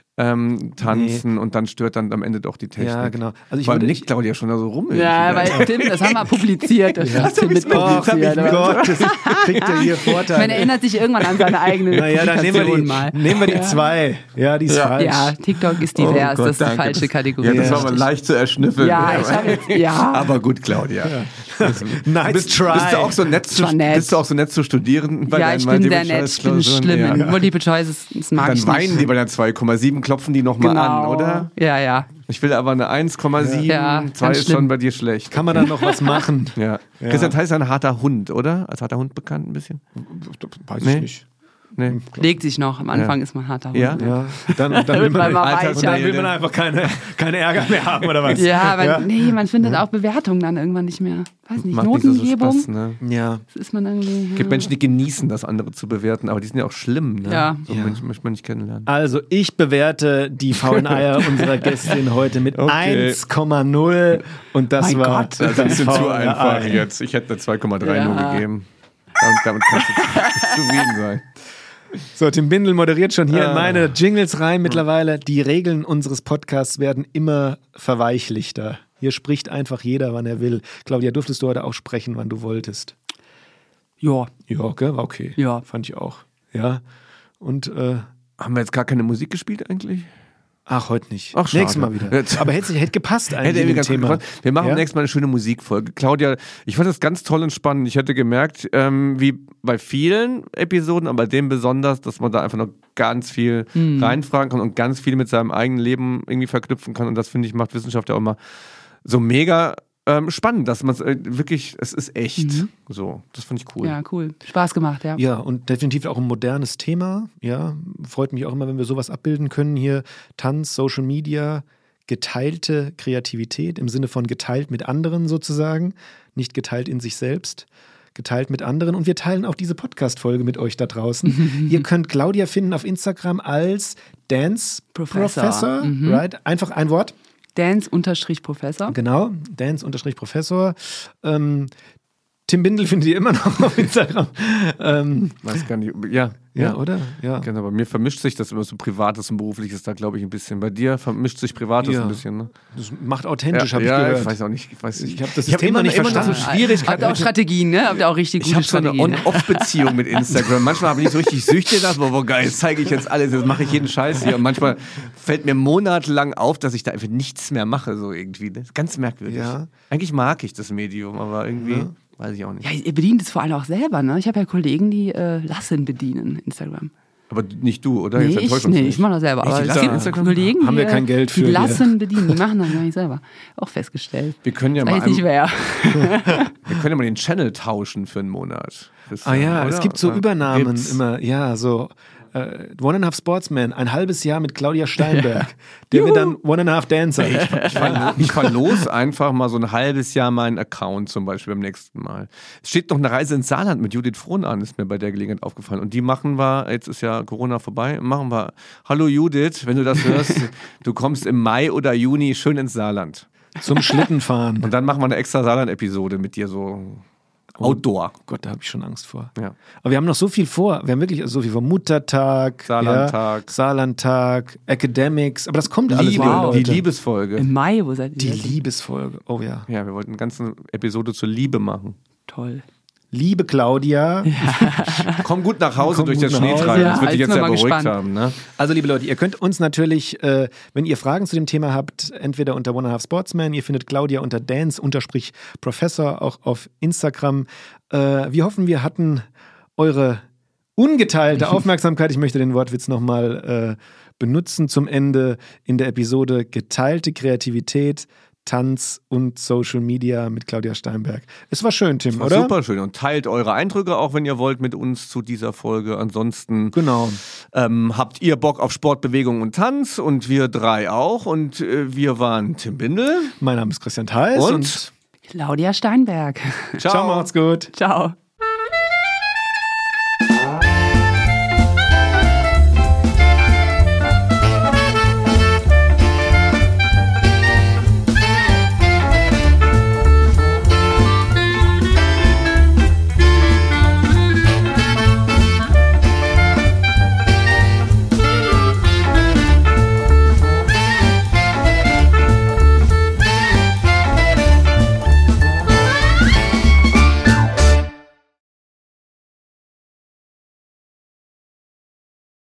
tanzen und dann stört dann am Ende doch die Technik. Ja, genau. Also Vor allem nickt Claudia schon da so rum. Ja, weil Tim, das haben wir publiziert. Das hast du mitpubliziert. Gott, das kriegt er hier Vorteile. Man erinnert sich irgendwann an seine eigene Naja, dann Publikation mal. nehmen wir die 2. Ja, die ist falsch. Ja, TikTok ist divers, Oh Gott, das ist die danke. falsche Kategorie. Ja, das war Richtig. aber leicht zu erschnüffeln. Ja, ich habe jetzt, Aber gut, Claudia. Nice try. Bist du auch so nett War nett. bist du auch so nett zu Studieren? Bei ja, deinen ich bin sehr Multiple nett, ich bin Choice schlimm. Klausuren? In Multiple Choice, das mag Dann ich weinen nicht. die bei der 2,7, klopfen die nochmal an, oder? Ja. Ich will aber eine 1,7, Ja, 2 ganz ist schlimm. schon bei dir schlecht. Kann man dann noch was machen? Ja. Christian Theis ist ein harter Hund, oder? Als harter Hund bekannt ein bisschen? Weiß Nee. ich nicht. Nee. Legt sich noch, am Anfang ist man harter Hund. Ja? Ja, dann will Wird man, man mal Alter, weicher. und dann will man einfach keine Ärger mehr haben, oder was? Ja, aber nee, man findet auch Bewertungen dann irgendwann nicht mehr. Weiß nicht, Macht nicht so Notengebung, Spaß, ne? Ja. das ist man irgendwie. Es gibt Menschen, die genießen das, andere zu bewerten, aber die sind ja auch schlimm. Ne? Ja. So Menschen möchte man nicht kennenlernen. Also ich bewerte die faulen Eier unserer Gästin heute mit Okay. 1,0 und das Mein war Gott. Das ist ein bisschen zu faule einfach Ei. jetzt. Ich hätte eine 2,3 Ja. nur gegeben. Damit kannst du zufrieden sein. So, Tim Bindel moderiert schon hier in meine Jingles rein mittlerweile. Die Regeln unseres Podcasts werden immer verweichlichter. Hier spricht einfach jeder, wann er will. Claudia, durftest du heute auch sprechen, wann du wolltest? Ja. Ja, gell? War okay. Ja. Fand ich auch. Ja. Und Haben wir jetzt gar keine Musik gespielt eigentlich? ach, heute nicht. Ach, schade. Nächstes Mal wieder. Aber hätte gepasst eigentlich Hätte in dem ganz gut Thema. gefallen. Wir machen nächstes Mal eine schöne Musikfolge. Claudia, ich fand das ganz toll und spannend. Ich hätte gemerkt, wie bei vielen Episoden, aber dem besonders, dass man da einfach noch ganz viel reinfragen kann und ganz viel mit seinem eigenen Leben irgendwie verknüpfen kann. Und das, finde ich, macht Wissenschaft ja auch immer so mega spannend, dass man es wirklich, es ist echt. So, das fand ich cool. Ja, cool. Spaß gemacht, ja. Ja, und definitiv auch ein modernes Thema. Ja, freut mich auch immer, wenn wir sowas abbilden können hier. Tanz, Social Media, geteilte Kreativität im Sinne von geteilt mit anderen sozusagen, nicht geteilt in sich selbst, geteilt mit anderen. Und wir teilen auch diese Podcast-Folge mit euch da draußen. Ihr könnt Claudia finden auf Instagram als Dance Professor. Right? Einfach ein Wort. Dance-Professor. Genau, Dance-Professor. Tim Bindel findet ihr immer noch auf Instagram. Weiß gar nicht. Ja, oder? Ja. Genau, bei mir vermischt sich das immer so Privates und Berufliches da, glaube ich, ein bisschen. Bei dir vermischt sich Privates ein bisschen, ne? Das macht authentisch, habe ich ja, gehört. Ich weiß auch nicht. Ich habe das System noch nicht verstanden. So Schwierigkeiten. Habt ihr auch Strategien, ne? Habt ihr auch richtig gute Strategien. Ich habe so eine On-Off-Beziehung mit Instagram. Manchmal habe ich so richtig süchtig gedacht, boah, geil, jetzt zeige ich jetzt alles, jetzt mache ich jeden Scheiß hier. Und manchmal fällt mir monatelang auf, dass ich da einfach nichts mehr mache, so irgendwie. Das ist ganz merkwürdig. Ja. Eigentlich mag ich das Medium, aber irgendwie weiß ich auch nicht. Ja, ihr bedient es vor allem auch selber, ne? Ich habe ja Kollegen, die Lassen bedienen, Instagram. Aber nicht du, oder? Nee, ich mache das selber. Aber es gibt Kollegen, haben wir kein Geld für die Lassen bedienen, die machen das gar nicht selber. Auch festgestellt. Wir können ja weiß nicht wer. Wir können ja mal den Channel tauschen für einen Monat. Ja, oder? Es gibt so Übernahmen Gibt's. immer. Ja, so One and a Half Sportsman, ein halbes Jahr mit Claudia Steinberg. Der wird dann One and a Half Dancer. Ich verlose einfach mal so ein halbes Jahr meinen Account zum Beispiel beim nächsten Mal. Es steht noch eine Reise ins Saarland mit Judith Frohn an, ist mir bei der Gelegenheit aufgefallen. Und die machen wir, jetzt ist ja Corona vorbei, machen wir, hallo Judith, wenn du das hörst, du kommst im Mai oder Juni schön ins Saarland. Zum Schlittenfahren. Und dann machen wir eine extra Saarland-Episode mit dir so Outdoor. Gott, da habe ich schon Angst vor. Ja. Aber wir haben noch so viel vor. Wir haben wirklich so viel vor. Muttertag, Saarlandtag, Academics. Aber das kommt alles wieder, Die Leute. Liebesfolge. Im Mai, wo seid Die ihr? Liebesfolge. Oh ja. Ja, wir wollten eine ganze Episode zur Liebe machen. Toll. Liebe Claudia. Komm gut nach Hause durch das gut nach Hause. Schneetreiben. Das Ja, wird dich jetzt jetzt ja noch mal beruhigt gespannt. haben. Ne? Also liebe Leute, ihr könnt uns natürlich, wenn ihr Fragen zu dem Thema habt, entweder unter One and a Half Sportsman, ihr findet Claudia unter Dance-Professor auch auf Instagram. Wir hoffen, wir hatten eure ungeteilte Aufmerksamkeit. Ich möchte den Wortwitz nochmal benutzen zum Ende in der Episode Geteilte Kreativität, Tanz und Social Media mit Claudia Steinberg. Es war schön, Tim, War oder? super schön. Und teilt eure Eindrücke auch, wenn ihr wollt, mit uns zu dieser Folge. Ansonsten Genau. habt ihr Bock auf Sport, Bewegung und Tanz und wir drei auch. Und wir waren Tim Bindel. Mein Name ist Christian Theis Und Claudia Steinberg. ciao, macht's gut. Ciao.